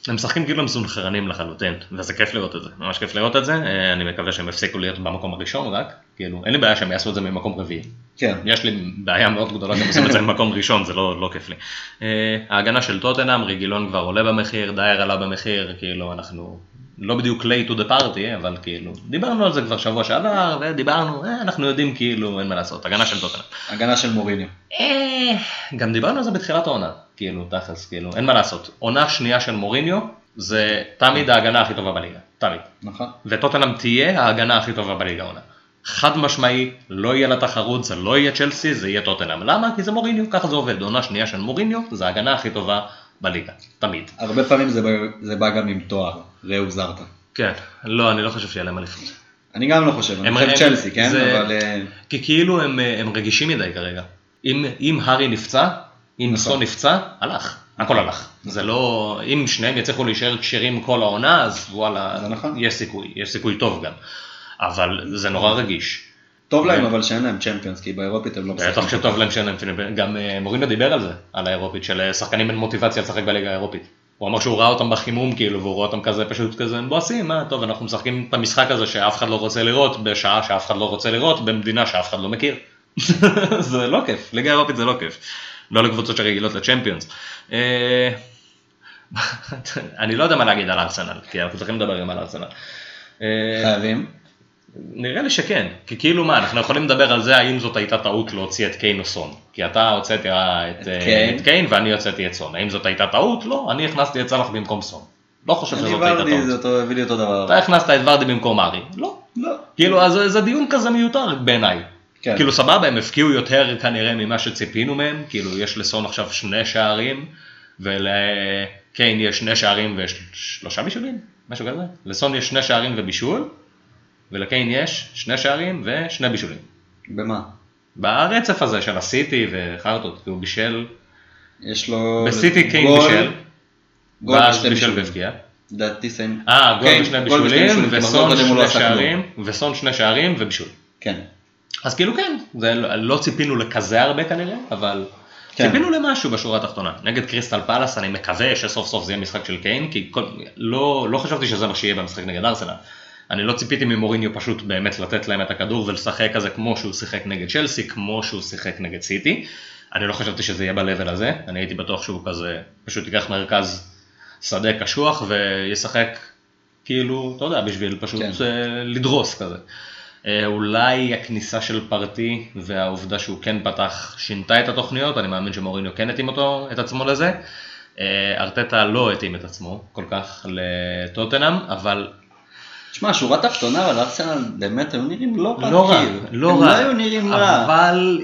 [SPEAKER 1] הם משחקים כאילו מסונכרנים לחלוטין, וזה כיף לראות את זה, ממש כיף לראות את זה, אני מקווה שהם יפסיקו להיות במקום הראשון רק, כאילו, אין לי בעיה שהם יעשו את זה ממקום רביעי.
[SPEAKER 2] כן.
[SPEAKER 1] יש לי בעיה מאוד גדולה שהם עושים את זה ממקום ראשון, זה לא כיף לי. ההגנה של טוטנהאם, רגילון כבר עולה במחיר, דייר עלה במחיר, כאילו אנחנו לא בדיוק late to the party, אבל כאילו, דיברנו על זה כבר שבוע שעבר, ודיברנו, אנחנו יודעים כאילו, אין מה לעשות, הגנה של טוטנהאם.
[SPEAKER 2] הגנה של מוריניו.
[SPEAKER 1] גם דיברנו על זה בתחילת העונה, כאילו, תכלס, כאילו, אין מה לעשות. עונה שנייה של מוריניו, זה תמיד ההגנה הכי טובה בליגה, תמיד.
[SPEAKER 2] נכון.
[SPEAKER 1] וטוטנהאם תהיה ההגנה הכי טובה בליגה עונה. חד משמעי, לא יהיה לתחרות, זה לא יהיה צ'לסי, זה יהיה טוטנהאם. למה? כי זה מוריניו, ככה זה עובד. עונה שנייה של מוריניו, זה ההגנה הכי טובה בליגה, תמיד.
[SPEAKER 2] הרבה פעמים זה בא גם עם תואר, ראו זרטה.
[SPEAKER 1] כן, לא, אני לא חושב שיהיה להם אליפות.
[SPEAKER 2] אני גם לא חושב, אני חושב צ'לסי, כן? אבל...
[SPEAKER 1] כי כאילו הם רגישים מדי כרגע. אם הארי נפצע, אם סון נפצע, הלך. הכל הלך. זה לא, אם שניהם יצליחו להישאר קשרים כל העונה, אז וואלה, יש סיכוי טוב גם. אבל זה נורא רגיש.
[SPEAKER 2] טוב להם אבל שאין להם צ'מפיונס, כי באירופית הם לא משחקים.
[SPEAKER 1] בטח שטוב להם שאין להם, גם מוריניו דיבר על זה, על האירופית, של שחקנים אין מוטיבציה לשחק בליגה האירופית. הוא אמר שהוא ראה אותם בחימום כאילו, והוא רואה אותם כזה פשוט כזה, הם בועסים, טוב, אנחנו משחקים את המשחק הזה שאף אחד לא רוצה לראות, בשעה שאף אחד לא רוצה לראות, במדינה שאף אחד לא מכיר. זה לא כיף, ליגה האירופית זה לא כיף. לא לקבוצות שרגילות לצ'מפיונס. אני לא יודע מה להגיד על ארסנל, כי אנחנו צריכים לדבר גם על ארסנל.
[SPEAKER 2] חייבים?
[SPEAKER 1] נראה לי שכן, כי כאילו מה, אנחנו יכולים לדבר על זה, האם זאת הייתה טעות להוציא את קיין או סון, כי אתה הוצאתי את קיין ואני הוצאתי את סון, האם זאת הייתה טעות? לא, אני הכנסתי את סלאח במקום סון, לא חושב שזאת הייתה טעות.
[SPEAKER 2] הביא לי אותו דבר.
[SPEAKER 1] אתה הכנסת את ורדי במקום ארי? לא. כאילו, אז זה דיון כזה מיותר בעיניי. כאילו סבבה, הם הפקיעו יותר כנראה ממה שציפינו מהם, כאילו יש לסון עכשיו 2 שערים, ולקיין יש 2 שערים ו3 בישולים, משהו כזה. לסון יש 2 שערים ובישול, ולקיין יש 2 שערים ו2 בישולים.
[SPEAKER 2] במה?
[SPEAKER 1] ברצף הזה של הסיטי וחרטות, כי הוא בישל,
[SPEAKER 2] יש לו...
[SPEAKER 1] בסיטי קיין בישל, ואז בישל והפקיע.
[SPEAKER 2] דעתי סיים.
[SPEAKER 1] גול ב2 בישולים, וסון 2 שערים ובישול.
[SPEAKER 2] כן.
[SPEAKER 1] אז כאילו כן, לא ציפינו לכזה הרבה כנראה, אבל ציפינו למשהו בשורה התחתונה. נגד קריסטל פלאס אני מקווה שסוף סוף זה יהיה משחק של קיין, כי לא חשבתי שזה מה שיהיה במשחק נגד ארסנל. אני לא ציפיתי ממוריניו פשוט באמת לתת להם את הכדור ולשחק כזה כמו שהוא שיחק נגד צ'לסי, כמו שהוא שיחק נגד סיטי. אני לא חשבתי שזה יהיה בלבל הזה, אני הייתי בטוח שהוא כזה פשוט ייקח מרכז שדה קשוח וישחק כאילו, אתה יודע, בשביל פשוט לדרוס כזה. אולי הכניסה של פרטי והעובדה שהוא כן פתח שינתה את התוכניות, אני מאמין שמוריניו כן התאים את עצמו לזה. ארטטה לא התאים את עצמו כל כך לטוטנהאם, אבל...
[SPEAKER 2] תשמע, שורה תחתונה, אבל ארסנל באמת היו נראים לא רע.
[SPEAKER 1] לא רע,
[SPEAKER 2] הם לא היו נראים רע.
[SPEAKER 1] אבל...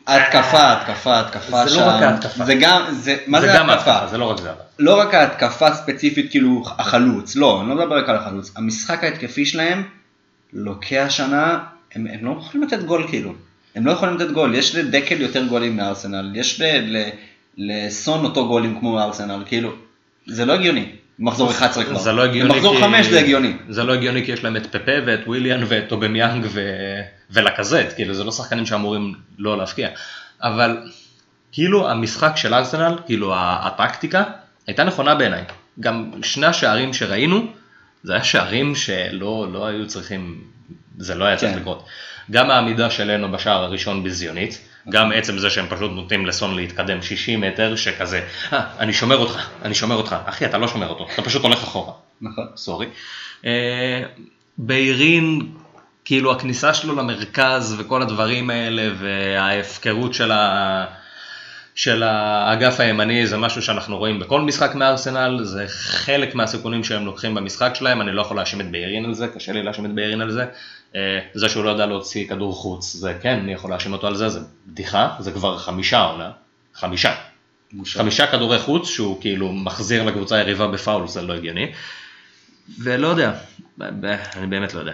[SPEAKER 2] התקפה
[SPEAKER 1] זה לא רק ההתקפה.
[SPEAKER 2] מה זה ההתקפה?
[SPEAKER 1] זה לא רק זה.
[SPEAKER 2] לא רק ההתקפה ספציפית, כאילו החלוץ, לא, אני לא מדבר רק על החלוץ. המשחק ההתקפי שלהם לוקח שנה, הם לא יכולים לתת גול כאילו. הם לא יכולים לתת גול, יש לדקל יותר גולים מארסנל, יש לסון אותו גולים כמו מארסנל, כאילו, זה לא הגיוני. מחזור 11 כבר.
[SPEAKER 1] זה לא הגיוני.
[SPEAKER 2] מחזור 5 זה הגיוני.
[SPEAKER 1] זה לא הגיוני כי יש להם את פפה ואת וויליאן ואת אובמיאנג ולקזט, כאילו זה לא שחקנים שאמורים לא להפקיע. אבל כאילו המשחק של ארסנל, כאילו הטקטיקה, הייתה נכונה בעיניי. גם 2 השערים שראינו, זה היה שערים שלא היו צריכים, זה לא היה צריך לקרות. גם העמידה שלנו בשער הראשון בזיונית, גם עצם זה שהם פשוט נותנים לסון להתקדם 60 מטר, שכזה, אני שומר אותך, אחי אתה לא שומר אותו, אתה פשוט הולך אחורה.
[SPEAKER 2] נכון.
[SPEAKER 1] סורי. באירין, כאילו הכניסה שלו למרכז וכל הדברים האלה, וההפקרות של האגף הימני, זה משהו שאנחנו רואים בכל משחק מארסנל, זה חלק מהסיכונים שהם לוקחים במשחק שלהם, אני לא יכול להאשים את באירין על זה, קשה לי להאשים את באירין על זה, זה שהוא לא יודע להוציא כדור חוץ, זה כן, אני יכול להאשים אותו על זה, זה בדיחה, זה כבר 5 עונה, 5 כדורי חוץ, שהוא כאילו מחזיר לקבוצה היריבה בפאול, זה לא הגיוני, ולא יודע, אני באמת לא יודע.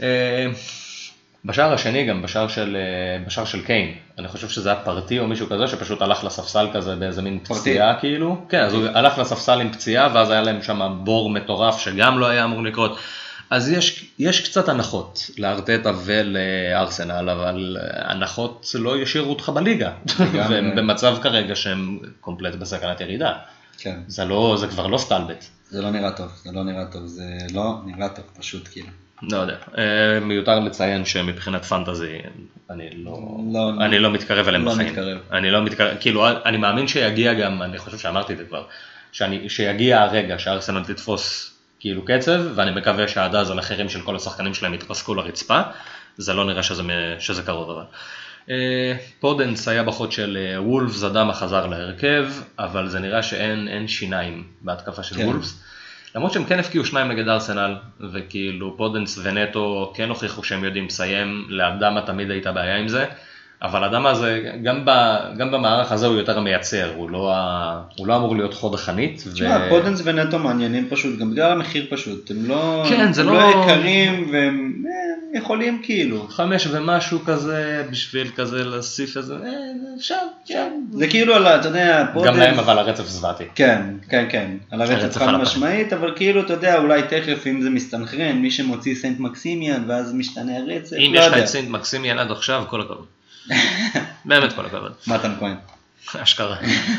[SPEAKER 1] בשער השני גם, בשער של קיין, אני חושב שזה היה פרטי או מישהו כזה, שפשוט הלך לספסל כזה באיזה מין פציעה כאילו, כן, אז הוא הלך לספסל עם פציעה, ואז היה להם שם בור מטורף שגם לא היה אמור לקרות, אז יש קצת הנחות לארטטה ולארסנל, אבל הנחות לא ישאירו אותך בליגה, והם במצב כרגע שהם קומפלט בסכנת ירידה,
[SPEAKER 2] כן.
[SPEAKER 1] זה כבר לא סטלבט,
[SPEAKER 2] זה לא נראה טוב, זה לא נראה טוב, זה לא נראה טוב, פשוט כאילו.
[SPEAKER 1] לא יודע, מיותר לציין שמבחינת פנטזי אני לא מתקרב אליהם בחיים. אני לא מתקרב, כאילו אני מאמין שיגיע גם, אני חושב שאמרתי את זה כבר, שיגיע הרגע שארסנל תתפוס כאילו קצב, ואני מקווה שעד אז המחירים של כל השחקנים שלהם יתפסקו לרצפה, זה לא נראה שזה קרוב אבל. פודנס היה בחוד של וולפס, אדם חזר להרכב, אבל זה נראה שאין שיניים בהתקפה של וולפס. למרות שהם כן הפקיעו 2 נגד ארסנל, וכאילו פודנס ונטו כן הוכיחו שהם יודעים לסיים, לאדמה תמיד הייתה בעיה עם זה, אבל אדמה זה, גם במערך הזה הוא יותר מייצר, הוא לא אמור להיות חוד החנית.
[SPEAKER 2] תשמע, פודנס ונטו מעניינים פשוט, גם בגלל המחיר פשוט, הם לא יקרים והם יכולים כאילו.
[SPEAKER 1] 5 ומשהו כזה, בשביל כזה להוסיף איזה, אפשר.
[SPEAKER 2] זה כאילו על, אתה יודע, פודנס.
[SPEAKER 1] גם להם אבל הרצף זוועתי.
[SPEAKER 2] כן, על הרצף חד משמעית, אבל כאילו, אתה יודע, אולי תכף אם זה מסתנכרן, מי שמוציא סנט מקסימיאן, ואז משתנה הרצף,
[SPEAKER 1] אם יש לך את סנט מקסימיאן עד עכשיו, כל הכבוד. באמת כל הכבוד.
[SPEAKER 2] מתן כהן.
[SPEAKER 1] אשכרה.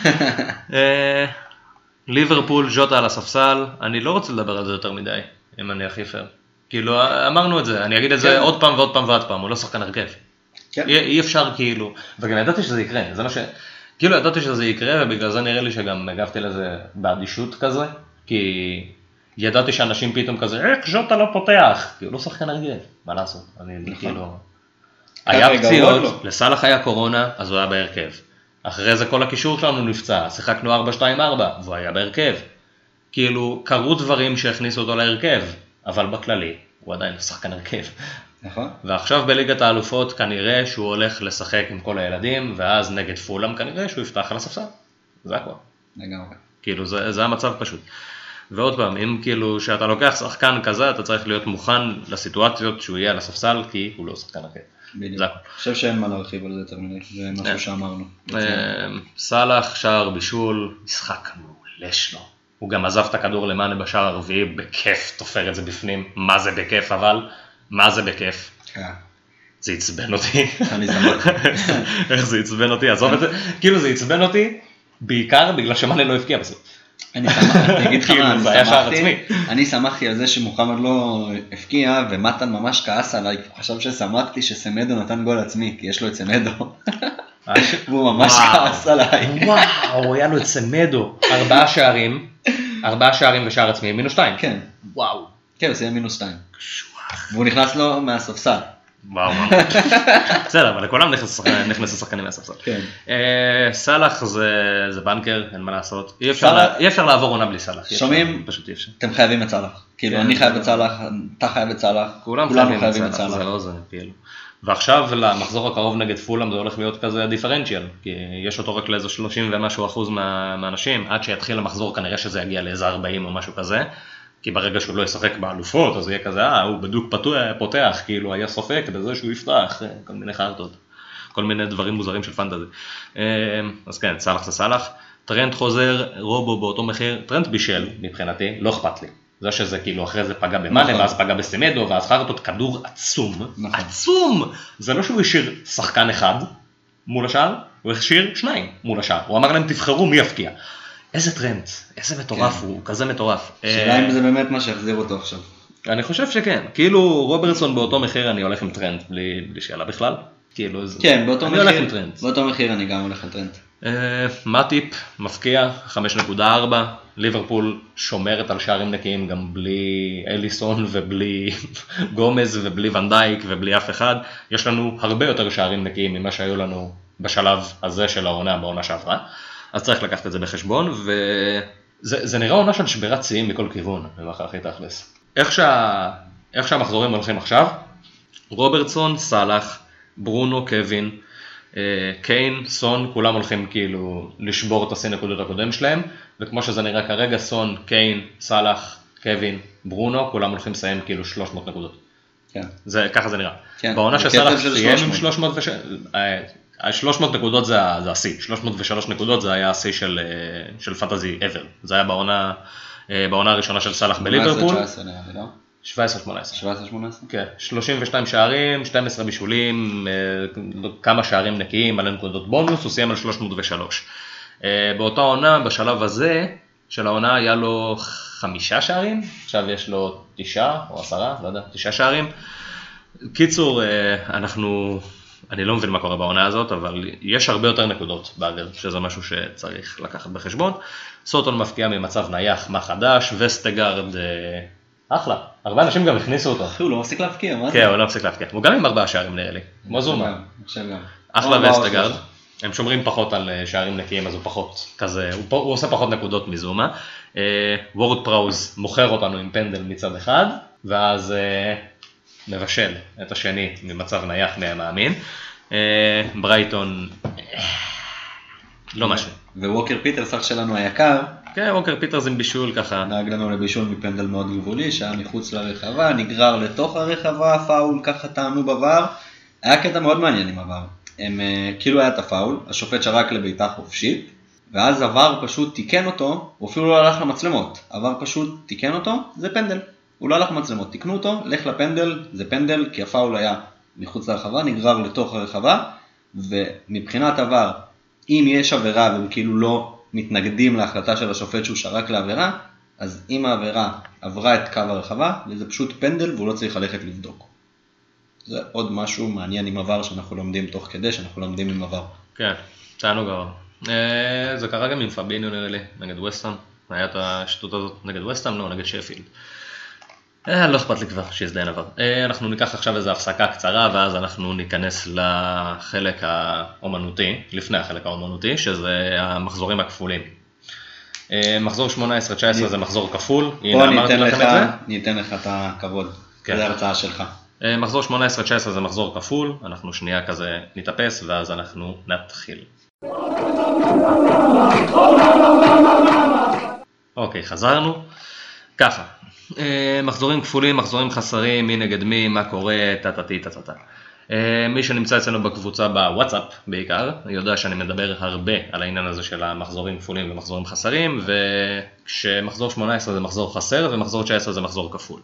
[SPEAKER 1] ליברפול, ז'וטה על הספסל, אני לא רוצה לדבר על זה יותר מדי, אם אני הכי פייר. כאילו, אמרנו את זה, אני אגיד את זה עוד פעם ועוד פעם ועוד פעם, הוא לא שחקן הרכב. אי אפשר כאילו, וגם ידעתי שזה יקרה, זה מה ש... כאילו ידעתי שזה יקרה, ובגלל זה נראה לי שגם הגבתי לזה באדישות כזה, כי ידעתי שאנשים פתאום כזה, איך ז'וטה לא פותח? כי הוא לא שחקן הרכב, מה לעשות? אני כאילו... היה פציעות, לסלח היה קורונה, אז הוא היה בהרכב. אחרי זה כל הקישור שלנו נפצע, שיחקנו 4-2-4, והוא היה בהרכב. כאילו, קרו דברים שהכניסו אותו להרכב, אבל בכללי, הוא עדיין שחקן הרכב.
[SPEAKER 2] נכון.
[SPEAKER 1] ועכשיו בליגת האלופות כנראה שהוא הולך לשחק עם כל הילדים, ואז נגד פולאם כנראה שהוא יפתח על הספסל. זה הכל.
[SPEAKER 2] לגמרי.
[SPEAKER 1] כאילו, זה המצב פשוט. ועוד פעם, אם כאילו שאתה לוקח שחקן כזה, אתה צריך להיות מוכן לסיטואציות שהוא יהיה על הספסל, כי הוא לא שחקן הרכב.
[SPEAKER 2] בדיוק. אני חושב שאין מה להרחיב על זה יותר מדי, זה משהו שאמרנו.
[SPEAKER 1] סלח, שער בישול, משחק מעולה שלו. הוא גם עזב את הכדור למאנה בשער הרביעי, בכיף תופר את זה בפנים. מה זה בכיף אבל? מה זה בכיף? זה עצבן אותי.
[SPEAKER 2] אני שמח.
[SPEAKER 1] איך זה עצבן אותי? עזוב את זה. כאילו זה עצבן אותי בעיקר בגלל שמאנה לא הפקיע בסוף.
[SPEAKER 2] אני אגיד לך מה, אני שמחתי על זה שמוחמד לא הפקיע, ומתן ממש כעס עליי, הוא חשב ששמחתי שסמדו נתן גול עצמי, כי יש לו את סמדו, והוא ממש כעס עליי.
[SPEAKER 1] וואו, היה לו את סמדו, 4 שערים ושער עצמי, מינוס 2.
[SPEAKER 2] כן.
[SPEAKER 1] וואו.
[SPEAKER 2] כן, זה יהיה מינוס 2. והוא נכנס לו מהספסל.
[SPEAKER 1] וואו. בסדר, אבל לכולם נכנסו שחקנים מהספסל. סלח זה בנקר, אין מה לעשות. אי אפשר לעבור עונה בלי סלח.
[SPEAKER 2] שומעים?
[SPEAKER 1] פשוט אי אפשר.
[SPEAKER 2] אתם חייבים את סלח. כאילו, אני חייב את סלח, אתה חייב את סלח.
[SPEAKER 1] כולם חייבים את סלח. זה לא זה, כאילו. ועכשיו למחזור הקרוב נגד פולאם זה הולך להיות כזה דיפרנציאל, כי יש אותו רק לאיזה 30 ומשהו אחוז מהאנשים, עד שיתחיל המחזור כנראה שזה יגיע לאיזה 40 או משהו כזה, כי ברגע שהוא לא ישחק באלופות, אז יהיה כזה, הוא בדיוק פותח, כאילו היה סופק בזה שהוא יפתח, כל מיני חרטות, כל מיני דברים מוזרים של פנטזי. אז כן, סלח זה סלח, טרנט חוזר, רובו באותו מחיר, טרנט בישל מבחינתי, לא אכפת לי. זה שזה כאילו אחרי זה פגע במאנה, ואז פגע בסמדו, ואז חרטות כדור עצום, עצום! זה לא שהוא השאיר שחקן אחד מול השאר, הוא השאיר 2 מול השאר, הוא אמר להם תבחרו מי יפקיע. איזה טרנט, איזה מטורף הוא, כזה מטורף.
[SPEAKER 2] שאלה אם זה באמת מה שהחזיר אותו עכשיו.
[SPEAKER 1] אני חושב שכן, כאילו רוברטסון באותו מחיר אני הולך עם טרנט, בלי שאלה בכלל.
[SPEAKER 2] כן, באותו מחיר אני גם הולך עם טרנט.
[SPEAKER 1] מטיפ, מפקיע, 5.4, ליברפול שומרת על שערים נקיים גם בלי אליסון ובלי גומז ובלי ונדייק ובלי אף אחד. יש לנו הרבה יותר שערים נקיים ממה שהיו לנו בשלב הזה של בעונה שעברה. אז צריך לקחת את זה בחשבון, וזה נראה עונה של שבירת שיאים מכל כיוון, במחר הכי תכלס. איך שהמחזורים הולכים עכשיו, רוברטסון, סלח, ברונו, קווין, קיין, סון, כולם הולכים כאילו לשבור את השיא נקודות הקודם שלהם, וכמו שזה נראה כרגע, סון, קיין, סלח, קווין, ברונו, כולם הולכים לסיים כאילו 300 נקודות.
[SPEAKER 2] כן.
[SPEAKER 1] ככה זה נראה.
[SPEAKER 2] כן.
[SPEAKER 1] בעונה שסלח סיים עם 300 נקודות זה השיא, 303 נקודות זה היה השיא של פנטזי ever, זה היה בעונה הראשונה של סלח בליברפול. 17-18. כן, 32 שערים, 12 בישולים, כמה שערים נקיים, מלא נקודות בונוס, הוא סיים על 303. באותה עונה, בשלב הזה, של העונה היה לו 5 שערים, עכשיו יש לו 9 או 10, לא יודע, 9 שערים. קיצור, אני לא מבין מה קורה בעונה הזאת, אבל יש הרבה יותר נקודות באוויר, שזה משהו שצריך לקחת בחשבון. סוטון מפקיע ממצב נייח, מה חדש, וסטגרד, אחלה. הרבה אנשים גם הכניסו אותו.
[SPEAKER 2] אחי, הוא לא מפסיק להפקיע, מה זה?
[SPEAKER 1] כן, הוא לא מפסיק להפקיע. הוא גם עם 4 שערים נראה לי, כמו זומה.
[SPEAKER 2] גם.
[SPEAKER 1] אחלה וסטגרד. הם שומרים פחות על שערים נקיים, אז הוא פחות כזה, הוא עושה פחות נקודות מזומה. וורד פראוז מוכר אותנו עם פנדל מצד אחד, ואז מבשל את השני ממצב נייח מהמאמין. ברייטון, לא משהו.
[SPEAKER 2] וווקר פיטרס, אח שלנו היקר,
[SPEAKER 1] כן, ווקר פיטרס עם בישול ככה.
[SPEAKER 2] נהג לנו לבישול מפנדל מאוד גבולי, שהיה מחוץ לרחבה, נגרר לתוך הרחבה, פאול, ככה טענו בבר. היה קטע מאוד מעניין עם עבר. הם כאילו היה את הפאול, השופט שרק לביתה חופשית, ואז עבר פשוט תיקן אותו, הוא אפילו לא הלך למצלמות, עבר פשוט תיקן אותו, זה פנדל. הוא לא הלך למצלמות, תיקנו אותו, לך לפנדל, זה פנדל, כי הפאול היה מחוץ לרחבה, נגרר לתוך הרחבה, ומבחינת עבר, אם יש עבירה והם כאילו לא מתנגדים להחלטה של השופט שהוא שרק לעבירה, אז אם העבירה עברה את קו הרחבה, וזה פשוט פנדל והוא לא צריך ללכת לבדוק. זה עוד משהו מעניין עם עבר שאנחנו לומדים תוך כדי, שאנחנו לומדים עם עבר.
[SPEAKER 1] כן, תענוג עבר. זה קרה גם עם פאביניו נראה לי, נגד וסטהאם. היה את השטות הזאת נגד וסטהאם, לא, נגד שפילד. לא אכפת לי כבר שיזדיין עבר. אנחנו ניקח עכשיו איזו הפסקה קצרה, ואז אנחנו ניכנס לחלק האומנותי, לפני החלק האומנותי, שזה המחזורים הכפולים. מחזור 18-19 זה מחזור כפול.
[SPEAKER 2] פה ניתן לך את הכבוד, זה ההרצאה שלך.
[SPEAKER 1] מחזור 18-19 זה מחזור כפול, אנחנו שנייה כזה נתאפס, ואז אנחנו נתחיל. אוקיי, חזרנו. ככה. מחזורים כפולים, מחזורים חסרים, מי נגד מי, מה קורה, טטטי. מי שנמצא אצלנו בקבוצה בוואטסאפ בעיקר, יודע שאני מדבר הרבה על העניין הזה של המחזורים כפולים ומחזורים חסרים, וכשמחזור 18 זה מחזור חסר ומחזור 19 זה מחזור כפול.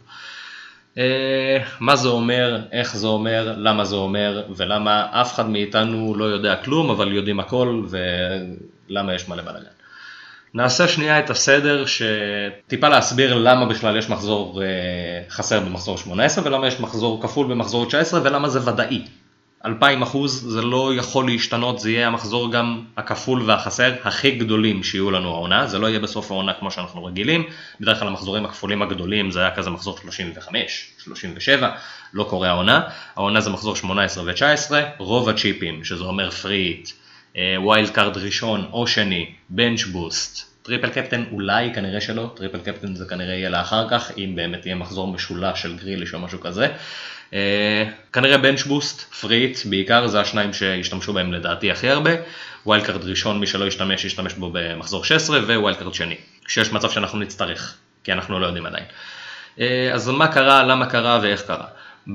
[SPEAKER 1] מה זה אומר, איך זה אומר, למה זה אומר, ולמה אף אחד מאיתנו לא יודע כלום, אבל יודעים הכל, ולמה יש מלא בלגן. נעשה שנייה את הסדר שטיפה להסביר למה בכלל יש מחזור חסר במחזור 18 ולמה יש מחזור כפול במחזור 19 ולמה זה ודאי. 2000% זה לא יכול להשתנות, זה יהיה המחזור גם הכפול והחסר הכי גדולים שיהיו לנו העונה, זה לא יהיה בסוף העונה כמו שאנחנו רגילים, בדרך כלל המחזורים הכפולים הגדולים זה היה כזה מחזור 35, 37, לא קורה העונה, העונה זה מחזור 18 ו-19, רוב הצ'יפים, שזה אומר פריט, ווילד קארד ראשון או שני, בנץ' בוסט, טריפל קפטן אולי, כנראה שלא, טריפל קפטן זה כנראה יהיה לאחר כך, אם באמת יהיה מחזור משולש של גריליש או משהו כזה. כנראה בנץ' בוסט, פריט, בעיקר זה השניים שהשתמשו בהם לדעתי הכי הרבה, ווילד קארד ראשון מי שלא ישתמש בו במחזור 16 ווילד קארד שני, שיש מצב שאנחנו נצטרך, כי אנחנו לא יודעים עדיין. אז מה קרה, למה קרה ואיך קרה?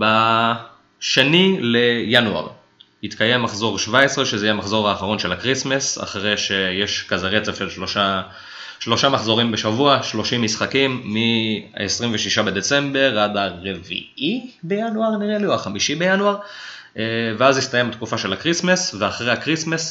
[SPEAKER 1] בשני לינואר יתקיים מחזור 17, שזה יהיה המחזור האחרון של הקריסמס, אחרי שיש כזה רצף של שלושה מחזורים בשבוע, 30 משחקים, מ-26 בדצמבר עד הרביעי בינואר נראה לי, או החמישי בינואר, ואז יסתיים התקופה של הקריסמס, ואחרי הקריסמס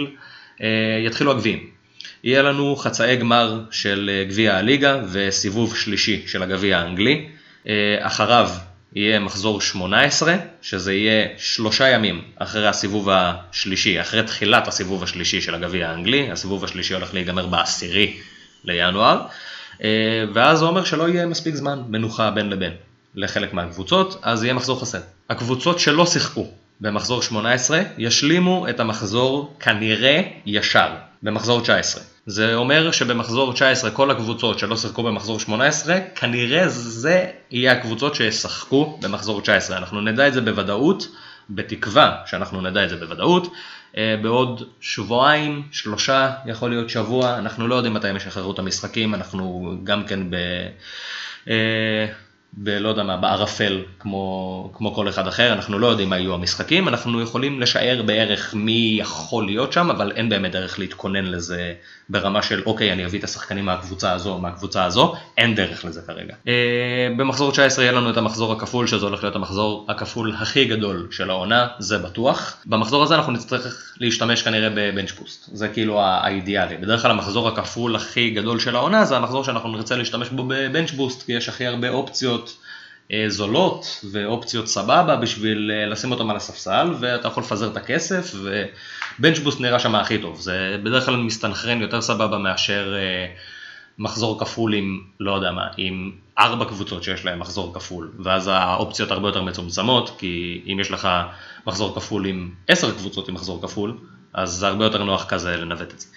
[SPEAKER 1] יתחילו הגביעים. יהיה לנו חצאי גמר של גביע הליגה, וסיבוב שלישי של הגביע האנגלי, אחריו יהיה מחזור 18, שזה יהיה 3 ימים אחרי הסיבוב השלישי, אחרי תחילת הסיבוב השלישי של הגביע האנגלי, הסיבוב השלישי הולך להיגמר ב10 לינואר, ואז זה אומר שלא יהיה מספיק זמן מנוחה בין לבין לחלק מהקבוצות, אז יהיה מחזור חסר. הקבוצות שלא שיחקו במחזור 18 ישלימו את המחזור כנראה ישר במחזור 19. זה אומר שבמחזור 19 כל הקבוצות שלא שיחקו במחזור 18, כנראה זה יהיה הקבוצות שישחקו במחזור 19. אנחנו נדע את זה בוודאות, בתקווה שאנחנו נדע את זה בוודאות, בעוד שבועיים, 3, יכול להיות שבוע, אנחנו לא יודעים מתי הם ישחררו את המשחקים, אנחנו גם כן לא יודע מה, בערפל כמו כל אחד אחר, אנחנו לא יודעים מה יהיו המשחקים, אנחנו יכולים לשער בערך מי יכול להיות שם, אבל אין באמת דרך להתכונן לזה ברמה של אוקיי, אני אביא את השחקנים מהקבוצה הזו, מהקבוצה הזו, אין דרך לזה כרגע. במחזור 19 יהיה לנו את המחזור הכפול, שזה הולך להיות המחזור הכפול הכי גדול של העונה, זה בטוח. במחזור הזה אנחנו נצטרך להשתמש כנראה בבנץ' בוסט, זה כאילו האידיאלי. בדרך כלל המחזור הכפול הכי גדול של העונה, זה המחזור שאנחנו נרצה להשתמש בו בבנץ' בוסט, כי יש הכי הרבה אופציות זולות ואופציות סבבה בשביל לשים אותם על הספסל, ואתה יכול לפזר את הכסף, ובנץ' בוסט נראה שם הכי טוב. זה בדרך כלל מסתנכרן יותר סבבה מאשר מחזור כפול עם, לא יודע מה, עם 4 קבוצות שיש להם מחזור כפול, ואז האופציות הרבה יותר מצומצמות, כי אם יש לך מחזור כפול עם 10 קבוצות עם מחזור כפול, אז זה הרבה יותר נוח כזה לנווט את זה.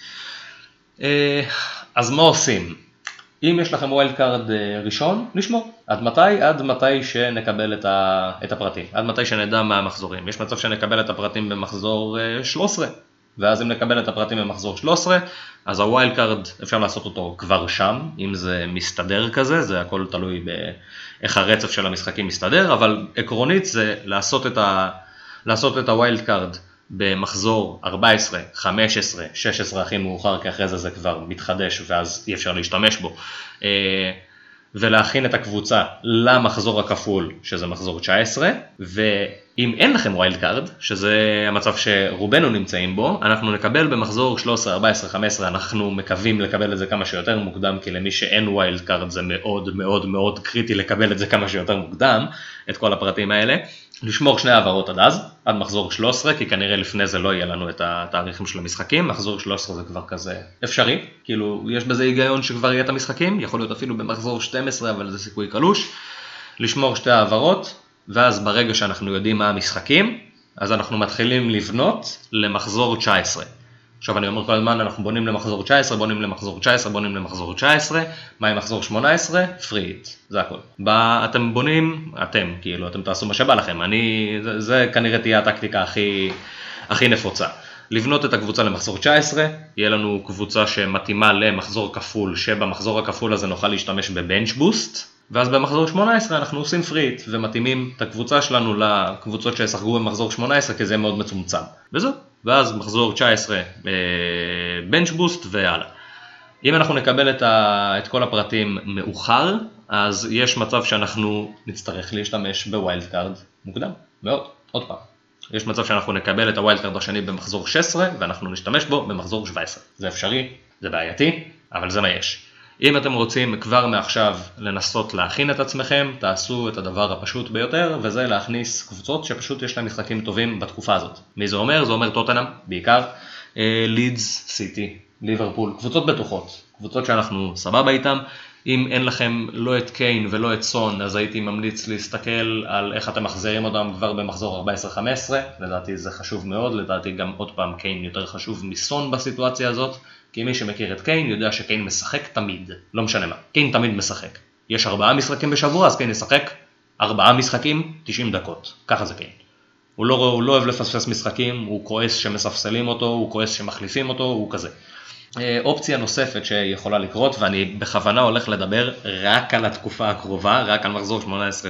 [SPEAKER 1] אז מה עושים? אם יש לכם ווילד קארד ראשון, לשמור. עד מתי? עד מתי שנקבל את הפרטים. עד מתי שנדע מה המחזורים. יש מצב שנקבל את הפרטים במחזור 13, ואז אם נקבל את הפרטים במחזור 13, אז הווילד קארד אפשר לעשות אותו כבר שם, אם זה מסתדר כזה, זה הכל תלוי באיך הרצף של המשחקים מסתדר, אבל עקרונית זה לעשות את הווילד קארד במחזור 14, 15, 16 הכי מאוחר, כי אחרי זה כבר מתחדש ואז אי אפשר להשתמש בו, ולהכין את הקבוצה למחזור הכפול, שזה מחזור 19, ואם אין לכם ווילד קארד, שזה המצב שרובנו נמצאים בו, אנחנו נקבל במחזור 13, 14, 15, אנחנו מקווים לקבל את זה כמה שיותר מוקדם, כי למי שאין ווילד קארד זה מאוד מאוד מאוד קריטי לקבל את זה כמה שיותר מוקדם, את כל הפרטים האלה. לשמור 2 העברות עד אז, עד מחזור 13, כי כנראה לפני זה לא יהיה לנו את התאריכים של המשחקים, מחזור 13 זה כבר כזה אפשרי, כאילו יש בזה היגיון שכבר יהיה את המשחקים, יכול להיות אפילו במחזור 12, אבל זה סיכוי קלוש. לשמור 2 העברות, ואז ברגע שאנחנו יודעים מה המשחקים, אז אנחנו מתחילים לבנות למחזור 19. עכשיו אני אומר כל הזמן, אנחנו בונים למחזור 19, בונים למחזור 19, בונים למחזור 19, מה עם מחזור 18? פריט, זה הכל. אתם בונים, כאילו, אתם תעשו מה שבא לכם, זה כנראה תהיה הטקטיקה הכי נפוצה. לבנות את הקבוצה למחזור 19, יהיה לנו קבוצה שמתאימה למחזור כפול, שבמחזור הכפול הזה נוכל להשתמש בבנץ' בוסט, ואז במחזור 18 אנחנו עושים פריט, ומתאימים את הקבוצה שלנו לקבוצות ששחקו במחזור 18, כי זה מאוד מצומצם. וזהו. ואז מחזור 19 בנץ' בוסט והלאה. אם אנחנו נקבל את כל הפרטים מאוחר, אז יש מצב שאנחנו נצטרך להשתמש בווילד קארד מוקדם. מאוד, עוד פעם. יש מצב שאנחנו נקבל את הווילד קארד השני במחזור 16, ואנחנו נשתמש בו במחזור 17. זה אפשרי, זה בעייתי, אבל זה מה יש. אם אתם רוצים כבר מעכשיו לנסות להכין את עצמכם, תעשו את הדבר הפשוט ביותר, וזה להכניס קבוצות שפשוט יש להם משחקים טובים בתקופה הזאת. מי זה אומר? זה אומר טוטנהאם, בעיקר, לידס, סיטי, ליברפול, קבוצות בטוחות, קבוצות שאנחנו סבבה איתם. אם אין לכם לא את קיין ולא את סון, אז הייתי ממליץ להסתכל על איך אתם מחזירים אותם כבר במחזור 14-15, לדעתי זה חשוב מאוד, לדעתי גם עוד פעם קיין יותר חשוב מסון בסיטואציה הזאת, כי מי שמכיר את קיין יודע שקיין משחק תמיד, לא משנה מה, קיין תמיד משחק. יש 4 משחקים בשבוע, אז קיין ישחק 4 משחקים, 90 דקות, ככה זה קיין. הוא לא אוהב לפספס משחקים, הוא כועס שמספסלים אותו, הוא כועס שמחליפים אותו, הוא כזה. אופציה נוספת שיכולה לקרות, ואני בכוונה הולך לדבר רק על התקופה הקרובה, רק על מחזור 18-19,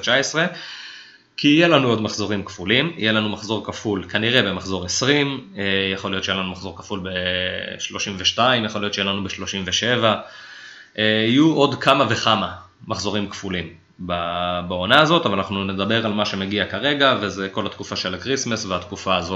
[SPEAKER 1] כי יהיה לנו עוד מחזורים כפולים, יהיה לנו מחזור כפול כנראה במחזור 20, יכול להיות שיהיה לנו מחזור כפול ב-32, יכול להיות שיהיה לנו ב-37, יהיו עוד כמה וכמה מחזורים כפולים בעונה הזאת, אבל אנחנו נדבר על מה שמגיע כרגע, וזה כל התקופה של הקריסמס והתקופה הזו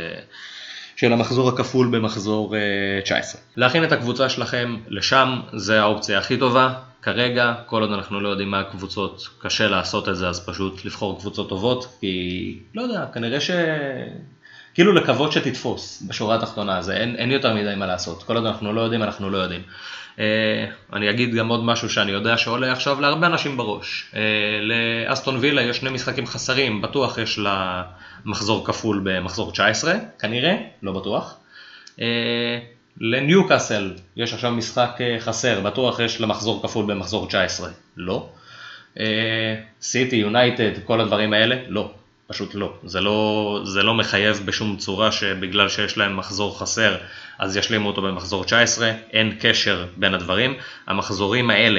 [SPEAKER 1] של המחזור הכפול במחזור 19. להכין את הקבוצה שלכם לשם, זה האופציה הכי טובה. כרגע, כל עוד אנחנו לא יודעים מה הקבוצות, קשה לעשות את זה, אז פשוט לבחור קבוצות טובות, כי לא יודע, כנראה כאילו לקוות שתתפוס בשורה התחתונה, זה אין יותר מדי מה לעשות. כל עוד אנחנו לא יודעים, אנחנו לא יודעים. אני אגיד גם עוד משהו שאני יודע שעולה עכשיו להרבה אנשים בראש. לאסטון וילה יש 2 משחקים חסרים, בטוח יש לה מחזור כפול במחזור 19, כנראה, לא בטוח. לניוקאסל יש עכשיו משחק חסר, בטוח יש לה מחזור כפול במחזור 19, לא. סיטי, יונייטד, כל הדברים האלה, לא. פשוט לא. זה לא מחייב בשום צורה שבגלל שיש להם מחזור חסר, אז ישלימו אותו במחזור 19, אין קשר בין הדברים. המחזורים האלה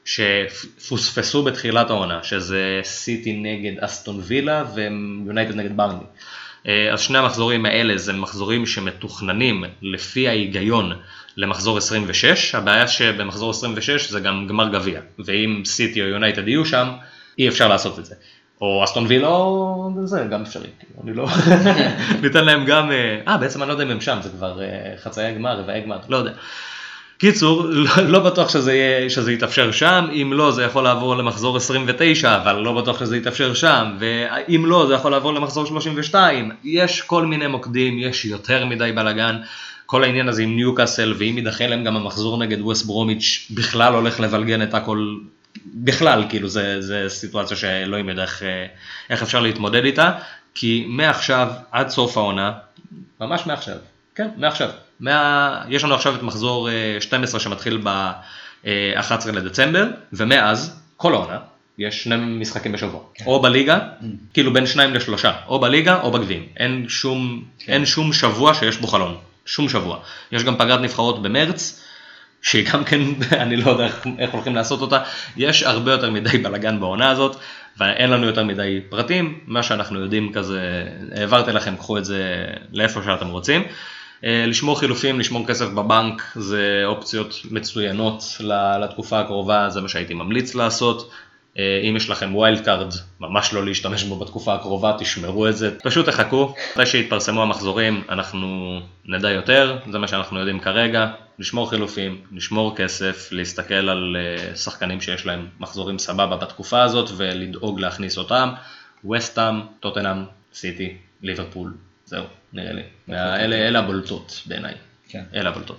[SPEAKER 1] שפוספסו בתחילת העונה, שזה סיטי נגד אסטון וילה ויונייטד נגד ברנלי. אז שני המחזורים האלה זה מחזורים שמתוכננים לפי ההיגיון למחזור 26, הבעיה שבמחזור 26 זה גם גמר גביע, ואם סיטי או יונייטד יהיו שם, אי אפשר לעשות את זה. או אסטון וילה, או זה גם אפשרי, אני לא, ניתן להם גם, בעצם אני לא יודע אם הם שם, זה כבר חצאי גמר, רבעי גמר, לא יודע. קיצור, לא בטוח שזה יתאפשר שם, אם לא זה יכול לעבור למחזור 29, אבל לא בטוח שזה יתאפשר שם, ואם לא זה יכול לעבור למחזור 32, יש כל מיני מוקדים, יש יותר מדי בלגן, כל העניין הזה עם ניוקאסל, ואם יידחה להם גם המחזור נגד ווסט ברומיץ' בכלל הולך לבלגן את הכל, בכלל, כאילו זה סיטואציה שאלוהים יודע איך אפשר להתמודד איתה, כי מעכשיו עד סוף העונה, ממש מעכשיו, כן, מעכשיו, יש לנו עכשיו את מחזור 12 שמתחיל ב-11 לדצמבר, ומאז, כל העונה, יש 2 משחקים בשבוע, או בליגה, כאילו בין 2 ל3, או בליגה או בגביעים, אין שום שבוע שיש בו חלון, שום שבוע. יש גם פגרת נבחרות במרץ, שהיא גם כן, אני לא יודע איך הולכים לעשות אותה, יש הרבה יותר מדי בלגן בעונה הזאת, ואין לנו יותר מדי פרטים, מה שאנחנו יודעים כזה, העברתי לכם, קחו את זה לאיפה שאתם רוצים. לשמור חילופים, לשמור כסף בבנק, זה אופציות מצוינות לתקופה הקרובה, זה מה שהייתי ממליץ לעשות. אם יש לכם ווילד קארד, ממש לא להשתמש בו בתקופה הקרובה, תשמרו את זה, פשוט תחכו, אחרי שיתפרסמו המחזורים, אנחנו נדע יותר, זה מה שאנחנו יודעים כרגע, לשמור חילופים, לשמור כסף, להסתכל על שחקנים שיש להם מחזורים סבבה בתקופה הזאת, ולדאוג להכניס אותם, וסטהאם, טוטנהאם, סיטי, ליברפול, זהו, נראה לי, אלה הבולטות בעיניי. כן. אלה הבולטות.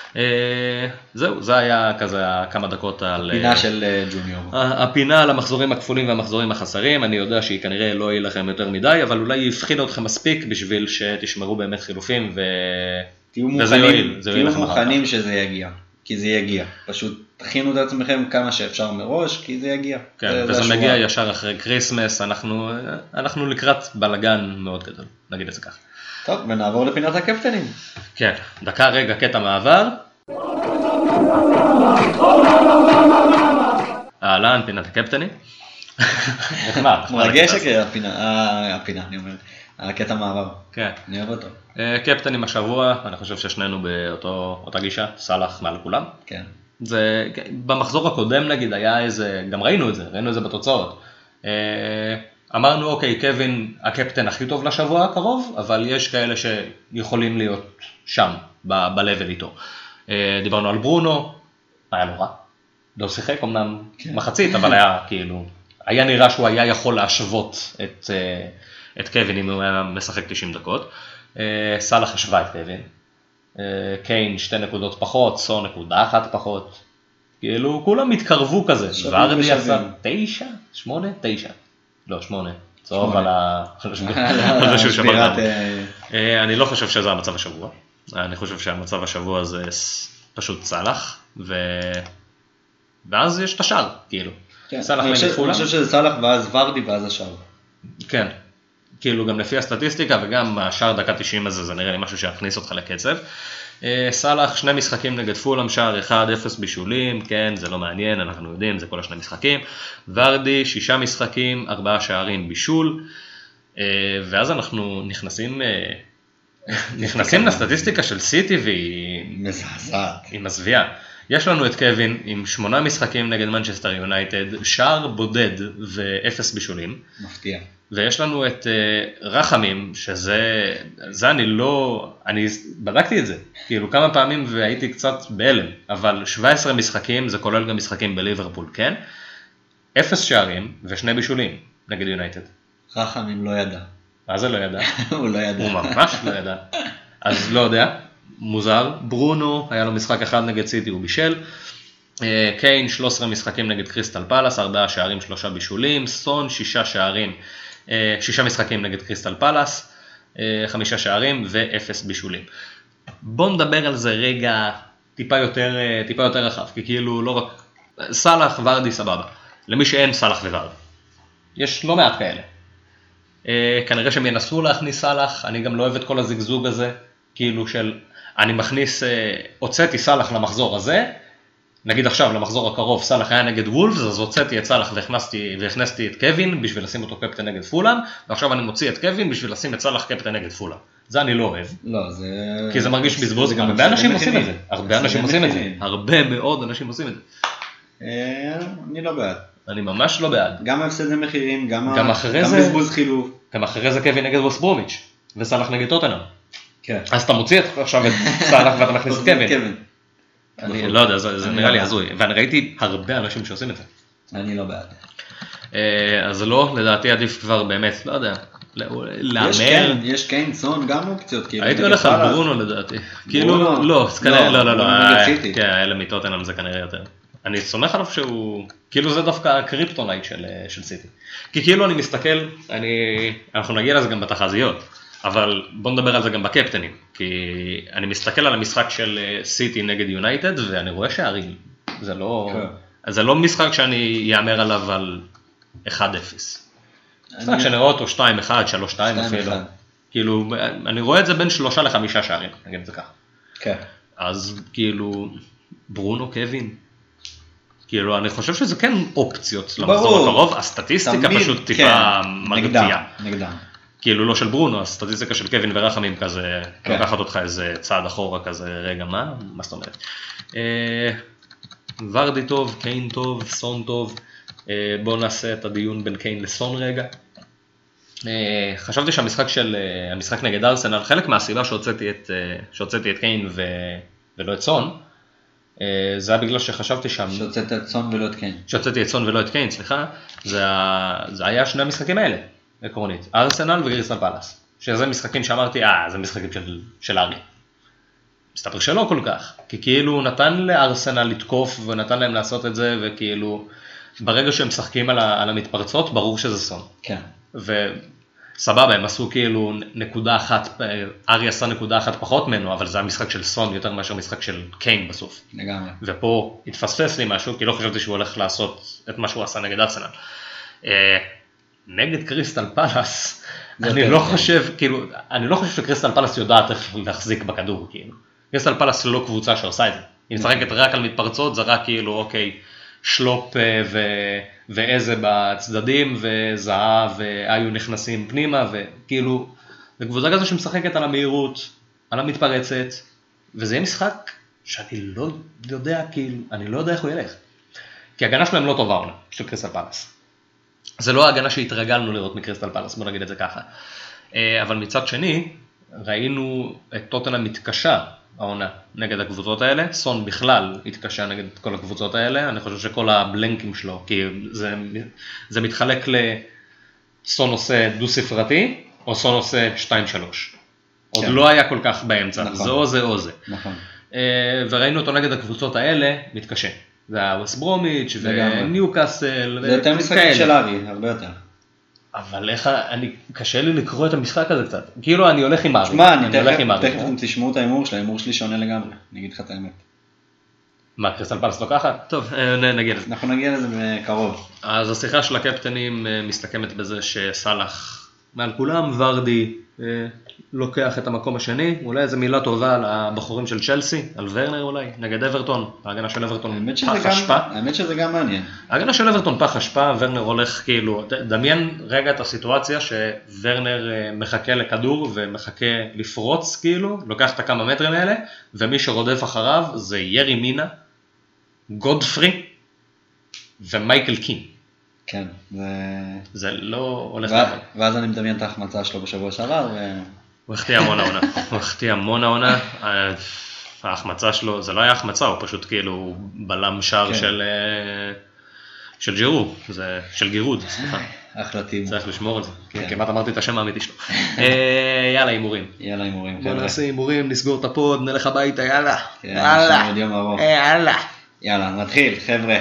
[SPEAKER 1] זהו, זה היה כזה כמה דקות על...
[SPEAKER 2] הפינה של ג'וניור.
[SPEAKER 1] הפינה על המחזורים הכפולים והמחזורים החסרים, אני יודע שהיא כנראה לא יהיה לכם יותר מדי, אבל אולי יפחיד אתכם מספיק בשביל שתשמרו באמת חילופים וזה יועיל.
[SPEAKER 2] תהיו מוכנים שזה יגיע, כי זה יגיע. פשוט תכינו את עצמכם כמה שאפשר מראש, כי זה יגיע.
[SPEAKER 1] כן, וזה מגיע ישר אחרי קריסמס, אנחנו לקראת בלגן מאוד גדול, נגיד את זה כך.
[SPEAKER 2] טוב, ונעבור לפינת הקפטנים.
[SPEAKER 1] כן, דקה רגע, קטע מעבר. אהלן, פינת הקפטנים. נחמד.
[SPEAKER 2] מרגש הפינה, אני אומר. הקטע מעבר.
[SPEAKER 1] כן.
[SPEAKER 2] אני אוהב אותו.
[SPEAKER 1] קפטנים השבוע, אני חושב ששנינו באותה גישה, סלח מעל כולם.
[SPEAKER 2] כן.
[SPEAKER 1] במחזור הקודם נגיד היה איזה, גם ראינו את זה בתוצאות. אמרנו, אוקיי, קווין הקפטן הכי טוב לשבוע הקרוב, אבל יש כאלה שיכולים להיות שם, ב-level איתו. דיברנו על ברונו, היה נורא. לא שיחק, אמנם מחצית, אבל היה כאילו, היה נראה שהוא היה יכול להשוות את קווין אם הוא היה משחק 90 דקות. סלח השווה את קווין. קיין 2 נקודות פחות, סון 1 נקודה פחות. כאילו, כולם התקרבו כזה. ורדי עשה 9, 8, 9. לא, 8. צהוב על הרשות שבלגן. אני לא חושב שזה המצב השבוע. אני חושב שהמצב השבוע זה פשוט סלח, ואז יש את השאר, כאילו.
[SPEAKER 2] אני חושב שזה סלח ואז ורדי ואז השאר.
[SPEAKER 1] כן. כאילו גם לפי הסטטיסטיקה וגם השאר דקה 90 הזה, זה נראה לי משהו שיכניס אותך לקצב. סלח 2 משחקים נגד פולאם, שער 1-0 בישולים, כן, זה לא מעניין, אנחנו יודעים, זה כל 2 משחקים. ורדי 6 משחקים, 4 שערים בישול, ואז אנחנו נכנסים לסטטיסטיקה של סיטי והיא
[SPEAKER 2] מזעזעת.
[SPEAKER 1] היא מזוויעה. יש לנו את קווין עם 8 משחקים נגד מנצ'סטר יונייטד, שער בודד ו0 בישולים.
[SPEAKER 2] מפתיע.
[SPEAKER 1] ויש לנו את רחמים, שזה אני בדקתי את זה, כאילו כמה פעמים והייתי קצת בהלם, אבל 17 משחקים, זה כולל גם משחקים בליברפול, כן? 0 שערים ו2 בישולים נגד יונייטד.
[SPEAKER 2] רחמים לא ידע.
[SPEAKER 1] מה זה לא ידע?
[SPEAKER 2] הוא לא ידע.
[SPEAKER 1] הוא ממש לא ידע. אז לא יודע, מוזר. ברונו, היה לו משחק אחד נגד סיטי, הוא בישל. קיין, 13 משחקים נגד קריסטל פלאס, 4 שערים, 3 בישולים. סון, 6 משחקים נגד קריסטל פלאס, 5 שערים ו0 בישולים. בוא נדבר על זה רגע טיפה יותר רחב, כי כאילו לא רק סלח ורדי סבבה. למי שאין סלח וורדי. יש לא מעט כאלה. כנראה שהם ינסו להכניס סלח, אני גם לא אוהב את כל הזגזוג הזה, כאילו של אני מכניס, הוצאתי סלח למחזור הזה, נגיד עכשיו למחזור הקרוב סלאח היה נגד וולפס, אז הוצאתי את סלאח והכנסתי את קווין בשביל לשים אותו קפטן נגד פולאם, ועכשיו אני מוציא את קווין בשביל לשים את סלאח קפטן נגד פולאם. זה אני לא אוהב.
[SPEAKER 2] לא, זה...
[SPEAKER 1] כי זה מרגיש בזבוז, גם הרבה אנשים עושים את זה. הרבה אנשים עושים את זה. הרבה מאוד אנשים עושים את זה.
[SPEAKER 2] אני לא בעד.
[SPEAKER 1] אני ממש לא בעד.
[SPEAKER 2] גם הפסדי מחירים, גם
[SPEAKER 1] אחרי
[SPEAKER 2] בזבוז חילוף.
[SPEAKER 1] גם אחרי זה קווין נגד ווסט ברומיץ' וסלאח נגד טוטנהאם.
[SPEAKER 2] כן.
[SPEAKER 1] אז אתה מוציא עכשיו את סלאח ואתה מכניס את קווין. אני לא יודע, זה נראה לי הזוי, ואני ראיתי הרבה אנשים שעושים את זה.
[SPEAKER 2] אני לא בעד.
[SPEAKER 1] אז לא, לדעתי עדיף כבר באמת, לא יודע, להמר.
[SPEAKER 2] יש קיין, סון, גם אופציות.
[SPEAKER 1] הייתי הולך על ברונו לדעתי. כאילו, לא, כן, אלה מטוטנהאם זה כנראה יותר. אני סומך עליו שהוא, כאילו זה דווקא הקריפטונייט של סיטי. כי כאילו אני מסתכל, אנחנו נגיע לזה גם בתחזיות. אבל בוא נדבר על זה גם בקפטנים, כי אני מסתכל על המשחק של סיטי נגד יונייטד, ואני רואה שערים. זה לא משחק שאני יאמר עליו על 1-0. משחק שאני רואה אותו 2-1, 3-2 אפילו. כאילו, אני רואה את זה בין 3 ל5 שערים, נגיד את זה ככה.
[SPEAKER 2] כן.
[SPEAKER 1] אז כאילו, ברונו, קווין. כאילו, אני חושב שזה כן אופציות למחזור הקרוב, הסטטיסטיקה פשוט טיפה מרתיעה.
[SPEAKER 2] נגדם.
[SPEAKER 1] כאילו לא של ברונו, הסטטיסטיקה של קווין ורחמים כזה, לוקחת אותך איזה צעד אחורה כזה, רגע מה זאת אומרת? ורדי טוב, קיין טוב, סון טוב, בואו נעשה את הדיון בין קיין לסון רגע. חשבתי שהמשחק נגד ארסנל, חלק מהסיבה שהוצאתי את קיין ולא את סון, זה היה בגלל שחשבתי שם...
[SPEAKER 2] שהוצאת את סון ולא את קיין.
[SPEAKER 1] שהוצאתי את סון ולא את קיין, סליחה, זה היה שני המשחקים האלה. עקרונית, ארסנל וקריסטל פלאס, שזה משחקים שאמרתי, זה משחקים של ארי. מסתבר שלא כל כך, כי כאילו הוא נתן לארסנל לתקוף ונתן להם לעשות את זה, וכאילו ברגע שהם משחקים על המתפרצות, ברור שזה סון.
[SPEAKER 2] כן.
[SPEAKER 1] וסבבה, הם עשו כאילו נקודה אחת, ארי עשה נקודה אחת פחות ממנו, אבל זה המשחק של סון יותר מאשר משחק של קיין בסוף.
[SPEAKER 2] לגמרי.
[SPEAKER 1] ופה התפספס לי משהו, כי לא חשבתי שהוא הולך לעשות את מה שהוא עשה נגד ארסנל. נגד קריסטל פלאס, אני לא חושב שקריסטל פלאס יודעת איך להחזיק בכדור, כאילו. קריסטל פלאס לא קבוצה שעושה את זה. היא משחקת רק על מתפרצות, זה רק כאילו, אוקיי, שלופ ואיזה בצדדים, וזהב ואיו נכנסים פנימה, וכאילו, זה קבוצה כזו שמשחקת על המהירות, על המתפרצת, וזה יהיה משחק שאני לא יודע, כאילו, אני לא יודע איך הוא ילך. כי ההגנה שלהם לא טובה עונה, של קריסטל פלאס. זה לא ההגנה שהתרגלנו לראות מקריסטל פלאס, בוא נגיד את זה ככה. אבל מצד שני, ראינו את טוטנהאם מתקשה העונה נגד הקבוצות האלה, סון בכלל התקשה נגד כל הקבוצות האלה, אני חושב שכל הבלנקים שלו, כי זה מתחלק לסון עושה דו ספרתי, או סון עושה 2-3. עוד לא היה כל כך באמצע, זה או זה או זה.
[SPEAKER 2] נכון.
[SPEAKER 1] וראינו אותו נגד הקבוצות האלה, מתקשה. זה היה ווסט ברומיץ' וניוקאסל.
[SPEAKER 2] זה יותר משחקים של ארי, הרבה יותר.
[SPEAKER 1] אבל קשה לי לקרוא את המשחק הזה קצת. כאילו אני הולך עם ארי.
[SPEAKER 2] שמע, תכף תשמעו את האימור שלה, האימור שלי שונה לגמרי, אני אגיד לך את האמת.
[SPEAKER 1] מה, קריסטל פלאס לא ככה? טוב, נגיע לזה.
[SPEAKER 2] אנחנו נגיע לזה בקרוב.
[SPEAKER 1] אז השיחה של הקפטנים מסתכמת בזה שסלאח מעל כולם, ורדי לוקח את המקום השני, אולי איזו מילה טובה על הבחורים של צ'לסי, על ורנר אולי, נגד אברטון, ההגנה של אברטון פח אשפה.
[SPEAKER 2] האמת שזה גם מעניין.
[SPEAKER 1] ההגנה של אברטון פח אשפה, ורנר הולך כאילו, דמיין רגע את הסיטואציה שוורנר מחכה לכדור ומחכה לפרוץ כאילו, לוקח את הכמה מטרים האלה, ומי שרודף אחריו זה ירי מינה, גודפרי ומייקל קין.
[SPEAKER 2] כן,
[SPEAKER 1] זה לא הולך לעבוד.
[SPEAKER 2] ואז אני מדמיין את ההחמצה שלו בשבוע שעבר.
[SPEAKER 1] הוא החטיא המון העונה, ההחמצה שלו, זה לא היה החמצה, הוא פשוט כאילו בלם שער של ג'ירו, של גירוד, סליחה.
[SPEAKER 2] החלטים.
[SPEAKER 1] צריך לשמור על זה, כמעט אמרתי את השם האמיתי שלו. יאללה, הימורים. בוא נעשה הימורים, נסגור את הפוד, נלך הביתה, יאללה.
[SPEAKER 2] יאללה, נתחיל, חבר'ה.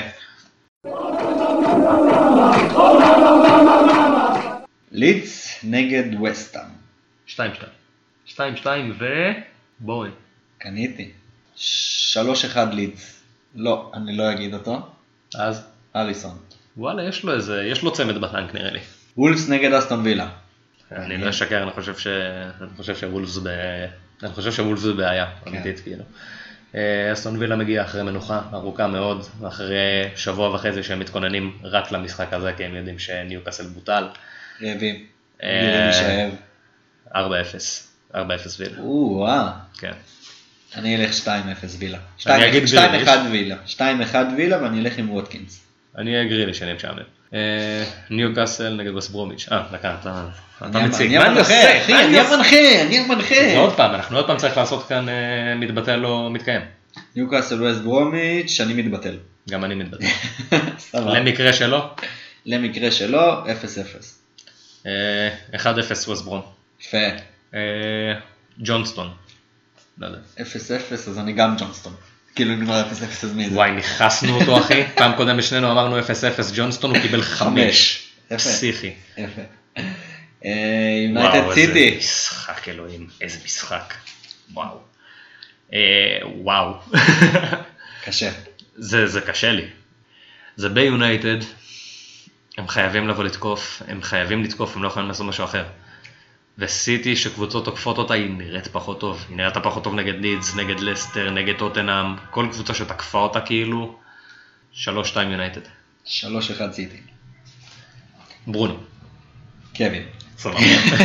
[SPEAKER 2] לידס נגד וסטהאם.
[SPEAKER 1] 2-2 ובואי.
[SPEAKER 2] קניתי. 3-1 לידס. לא, אני לא אגיד אותו.
[SPEAKER 1] אז?
[SPEAKER 2] אליסון.
[SPEAKER 1] וואלה, יש לו צמד בטנק נראה לי.
[SPEAKER 2] וולפס נגד אסטון וילה.
[SPEAKER 1] אני לא אשקר, אני חושב שוולפס זה בעיה, אמיתית כאילו. אסטון וילה מגיע אחרי מנוחה ארוכה מאוד, אחרי שבוע וחצי שהם מתכוננים רק למשחק הזה, כי הם יודעים שניוקאסל בוטל.
[SPEAKER 2] רעבים. להישאב.
[SPEAKER 1] 4-0 וילה.
[SPEAKER 2] וואו.
[SPEAKER 1] כן.
[SPEAKER 2] אני אלך 2-0 וילה.
[SPEAKER 1] אני אגיד
[SPEAKER 2] 2-1 וילה. 2-1 וילה ואני אלך עם ווטקינס.
[SPEAKER 1] אני אגרי לי שאני משעמם. ניוקאסל נגד ווסט ברומיץ'. דקה, אתה מציג.
[SPEAKER 2] אני המנחה, אחי, אני המנחה.
[SPEAKER 1] זה עוד פעם, אנחנו עוד פעם צריך לעשות כאן מתבטל או מתקיים.
[SPEAKER 2] ניוקאסל ווסט ברומיץ', אני מתבטל.
[SPEAKER 1] גם אני מתבטל. למקרה שלא?
[SPEAKER 2] למקרה שלא, 0-0.
[SPEAKER 1] 1-0 ווסט ברום.
[SPEAKER 2] יפה.
[SPEAKER 1] ג'ונסטון. לא יודע.
[SPEAKER 2] 0-0, אז אני גם ג'ונסטון. כאילו נגמר 0-0 אז מי זה?
[SPEAKER 1] וואי, נכנסנו אותו אחי. פעם קודם בשנינו אמרנו 0-0 ג'ונסטון, הוא קיבל 5.
[SPEAKER 2] יפה.
[SPEAKER 1] פסיכי.
[SPEAKER 2] יפה. יונייטד סיטי.
[SPEAKER 1] איזה משחק אלוהים, איזה משחק. וואו. וואו.
[SPEAKER 2] קשה.
[SPEAKER 1] זה קשה לי. זה ביונייטד, הם חייבים לבוא לתקוף, הם לא יכולים לעשות משהו אחר. וסיטי שקבוצות תוקפות אותה היא נראית פחות טוב, היא נראית פחות טוב נגד לידס, נגד לסטר, נגד טוטנהאם, כל קבוצה שתקפה אותה כאילו, 3-2 יונייטד.
[SPEAKER 2] 3-1 סיטי.
[SPEAKER 1] ברונו.
[SPEAKER 2] קווין.
[SPEAKER 1] סבבה.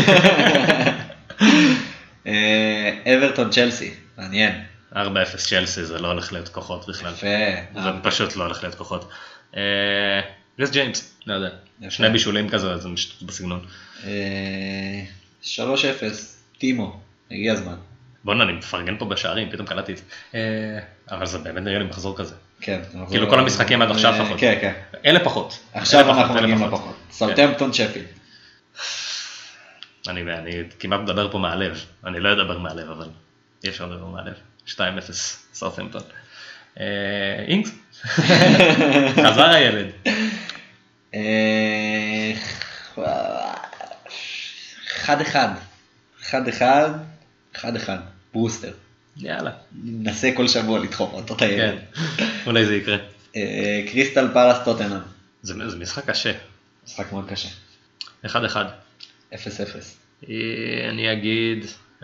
[SPEAKER 2] אברטון צ'לסי, מעניין.
[SPEAKER 1] 4-0 צ'לסי, זה לא הולך להיות כוחות בכלל.
[SPEAKER 2] יפה.
[SPEAKER 1] זה פשוט לא הולך להיות כוחות. ריס ג'יימס, לא יודע.
[SPEAKER 2] יפה.
[SPEAKER 1] 2 בישולים כזה, זה משתות בסגנון.
[SPEAKER 2] 3-0, טימו, הגיע הזמן.
[SPEAKER 1] בוא'נה, אני מפרגן פה בשערים, פתאום קלטתי את זה. אבל זה באמת נראה לי מחזור כזה.
[SPEAKER 2] כן.
[SPEAKER 1] כאילו כל המשחקים עד עכשיו פחות.
[SPEAKER 2] כן, כן.
[SPEAKER 1] אלה פחות.
[SPEAKER 2] עכשיו אנחנו מגיעים לפחות. סאות'המפטון שפילד.
[SPEAKER 1] אני כמעט מדבר פה מהלב. אני לא אדבר מהלב, אבל אי אפשר לדבר מהלב. 2-0, סאות'המפטון. אינגס. חזר הילד.
[SPEAKER 2] 1-1, ברוסטר.
[SPEAKER 1] יאללה.
[SPEAKER 2] ננסה כל שבוע לדחוף אותו את הילד.
[SPEAKER 1] כן, אולי זה יקרה.
[SPEAKER 2] קריסטל פלאס טוטנהאם.
[SPEAKER 1] זה משחק קשה.
[SPEAKER 2] משחק מאוד קשה.
[SPEAKER 1] 1-1.
[SPEAKER 2] 0-0.
[SPEAKER 1] אני אגיד...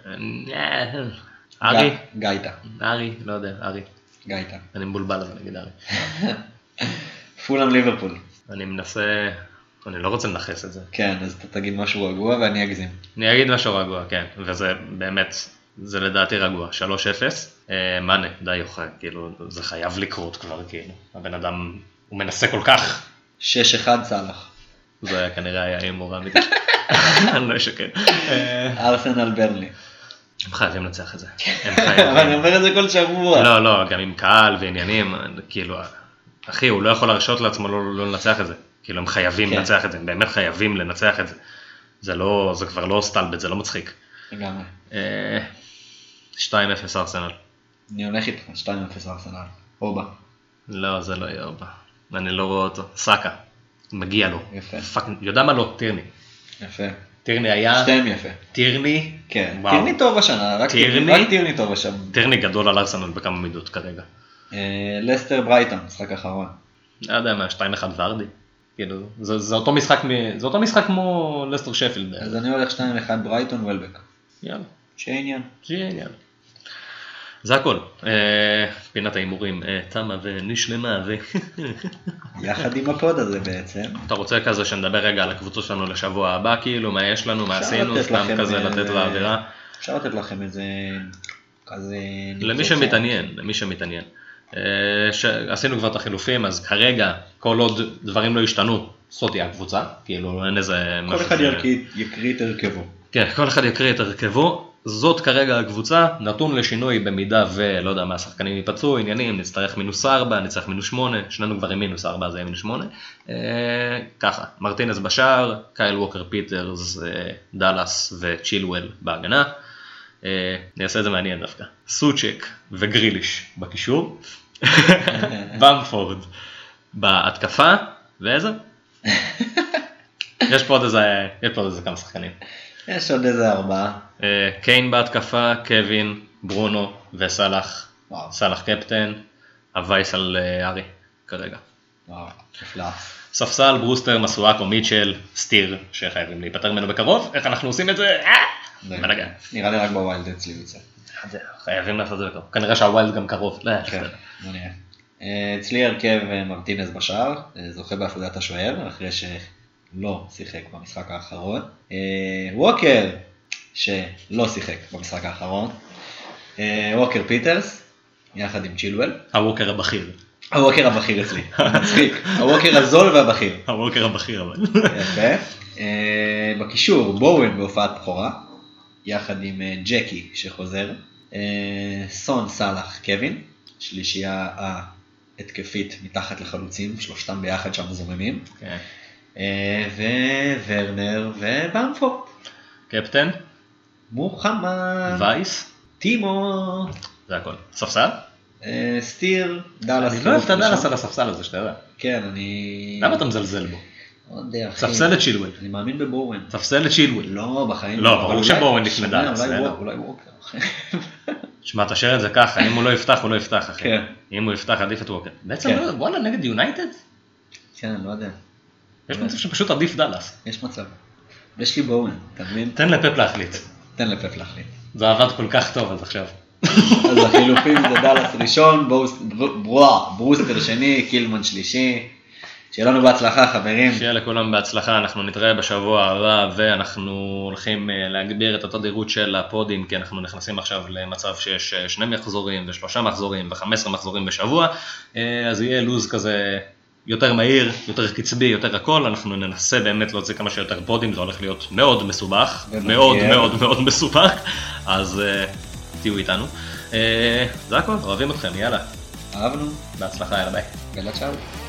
[SPEAKER 1] ארי?
[SPEAKER 2] גייטה.
[SPEAKER 1] ארי, לא יודע, ארי.
[SPEAKER 2] גייטה.
[SPEAKER 1] אני מבולבל אז אני אגיד ארי.
[SPEAKER 2] פולאם ליברפול.
[SPEAKER 1] אני מנסה... אני לא רוצה לנחס את זה.
[SPEAKER 2] כן, אז אתה תגיד משהו רגוע ואני אגזים.
[SPEAKER 1] אני אגיד משהו רגוע, כן. וזה באמת, זה לדעתי רגוע. 3-0. מנה, די יוכל, כאילו, זה חייב לקרות כבר, כאילו. הבן אדם, הוא מנסה כל כך.
[SPEAKER 2] 6-1 סלח.
[SPEAKER 1] זה כנראה היה אימור אמיתי. אני לא אשקר.
[SPEAKER 2] ארסנל ברלי.
[SPEAKER 1] הם חייבים לנצח את זה.
[SPEAKER 2] אבל אני אומר את זה כל שבוע.
[SPEAKER 1] לא, גם עם קהל ועניינים, כאילו, אחי, הוא לא יכול להרשות לעצמו לא לנצח את זה. כאילו, הם חייבים לנצח את זה, הם באמת חייבים לנצח את זה. זה כבר לא סטלבט, זה לא מצחיק.
[SPEAKER 2] לגמרי.
[SPEAKER 1] 2-0 ארסנל.
[SPEAKER 2] אני הולך איתך, 2-0 ארסנל. אובה.
[SPEAKER 1] לא, זה לא יהיה אובה. אני לא רואה אותו. סאקה. מגיע לו.
[SPEAKER 2] יפה.
[SPEAKER 1] יודע מה לא? טירני.
[SPEAKER 2] יפה.
[SPEAKER 1] טירני היה...
[SPEAKER 2] שתיהם יפה.
[SPEAKER 1] טירני?
[SPEAKER 2] כן. טירני טוב השנה, רק טירני טוב השנה.
[SPEAKER 1] טירני גדול על ארסנל בכמה מידות כרגע.
[SPEAKER 2] לסטר ברייטון, משחק אחרון.
[SPEAKER 1] לא יודע מה, 2-1 ורדי. כאילו, זה אותו משחק כמו לסטר שפילד.
[SPEAKER 2] אז אני הולך 2-1 ברייטון וולבק.
[SPEAKER 1] יאללה.
[SPEAKER 2] שיהיה עניין.
[SPEAKER 1] זה הכל. פינת האימורים תמה ונשלמה
[SPEAKER 2] יחד עם הפוד הזה בעצם.
[SPEAKER 1] אתה רוצה כזה שנדבר רגע על הקבוצות שלנו לשבוע הבא, כאילו, מה יש לנו, מה עשינו, סתם כזה לתת לאווירה.
[SPEAKER 2] אפשר לתת לכם איזה כזה...
[SPEAKER 1] למי שמתעניין. עשינו כבר את החילופים, אז כרגע, כל עוד דברים לא השתנו, זאת תהיה הקבוצה, כאילו אין איזה...
[SPEAKER 2] כל אחד יקריא את הרכבו.
[SPEAKER 1] כן, כל אחד יקריא את הרכבו, זאת כרגע הקבוצה, נתון לשינוי במידה ולא יודע מה, השחקנים ייפצעו, עניינים, נצטרך -4, נצטרך -8, שנינו כבר עם -4, זה יהיה -8. ככה, מרטינס בשער, קייל ווקר פיטרס, דלס וצ'ילואל בהגנה. אני אעשה את זה מעניין דווקא. סוצ'ק וגריליש בקישור. במפורד בהתקפה, ואיזה? יש פה עוד איזה כמה שחקנים.
[SPEAKER 2] יש עוד איזה 4.
[SPEAKER 1] קיין בהתקפה, קווין, ברונו וסלח. סלח קפטן, הווייס על ארי כרגע.
[SPEAKER 2] וואו, נפלא.
[SPEAKER 1] ספסל, ברוסטר, מסואקו, מיטשל, סטיר, שחייבים להיפטר ממנו בקרוב. איך אנחנו עושים את זה? בלגן.
[SPEAKER 2] נראה לי רק בווילד אצלי יוצא.
[SPEAKER 1] חייבים לעשות את זה בקרוב. כנראה שהווילד גם קרוב.
[SPEAKER 2] כן, לא נראה. אצלי הרכב מרטינז בשער, זוכה בהפרדת השוער, אחרי שלא שיחק במשחק האחרון. ווקר, שלא שיחק במשחק האחרון. ווקר פיטרס, יחד עם צ'ילואל.
[SPEAKER 1] הווקר הבכיר.
[SPEAKER 2] הווקר הבכיר אצלי, מצחיק. הווקר הזול והבכיר.
[SPEAKER 1] הווקר הבכיר אבל.
[SPEAKER 2] יפה. בקישור, בואוין בהופעת בכורה, יחד עם ג'קי שחוזר. סון, סלאח, קווין, שלישייה התקפית מתחת לחלוצים, שלושתם ביחד שם זוממים. וורנר ובמפורד.
[SPEAKER 1] קפטן?
[SPEAKER 2] מוחמד.
[SPEAKER 1] וייס?
[SPEAKER 2] טימו.
[SPEAKER 1] זה הכל. ספסל?
[SPEAKER 2] סטיר, דאלאס.
[SPEAKER 1] אני לא אוהב את הדאלאס על הספסל הזה שאתה יודע.
[SPEAKER 2] כן, אני...
[SPEAKER 1] למה אתה מזלזל בו?
[SPEAKER 2] ספסל
[SPEAKER 1] את צ'ילואל.
[SPEAKER 2] אני מאמין בבורן.
[SPEAKER 1] ספסל את צ'ילואל.
[SPEAKER 2] לא, בחיים.
[SPEAKER 1] לא, ברור שבורן לפני דאלאס.
[SPEAKER 2] אולי ווקר.
[SPEAKER 1] שמע, תשאר את זה ככה, אם הוא לא יפתח, הוא לא יפתח, אחי.
[SPEAKER 2] כן.
[SPEAKER 1] אם הוא יפתח, עדיף את ווקר. בעצם, וואלה, נגד יונייטד?
[SPEAKER 2] כן, לא יודע.
[SPEAKER 1] יש מצב שפשוט עדיף דאלאס.
[SPEAKER 2] יש מצב. יש לי בורן, אתה מבין?
[SPEAKER 1] תן לפפ להחליט.
[SPEAKER 2] תן לפפ להחליט.
[SPEAKER 1] זה עבד כל כך טוב עד עכשיו.
[SPEAKER 2] אז החילופים זה דאלאס ראשון, ברוסטר שני, קילמן שלישי. שיהיה לנו בהצלחה, חברים.
[SPEAKER 1] שיהיה לכולם בהצלחה, אנחנו נתראה בשבוע הבא, ואנחנו הולכים להגביר את התדירות של הפודים, כי אנחנו נכנסים עכשיו למצב שיש 2 מחזורים ו3 מחזורים ו15 מחזורים בשבוע, אז יהיה לוז כזה יותר מהיר, יותר קצבי, יותר הכל, אנחנו ננסה באמת להוציא כמה שיותר פודים, זה הולך להיות מאוד מסובך, מאוד מאוד מאוד מסובך, אז תהיו איתנו. זה הכל, אוהבים אתכם, יאללה.
[SPEAKER 2] אהבנו.
[SPEAKER 1] בהצלחה, יאללה ביי.
[SPEAKER 2] יאללה צ'או.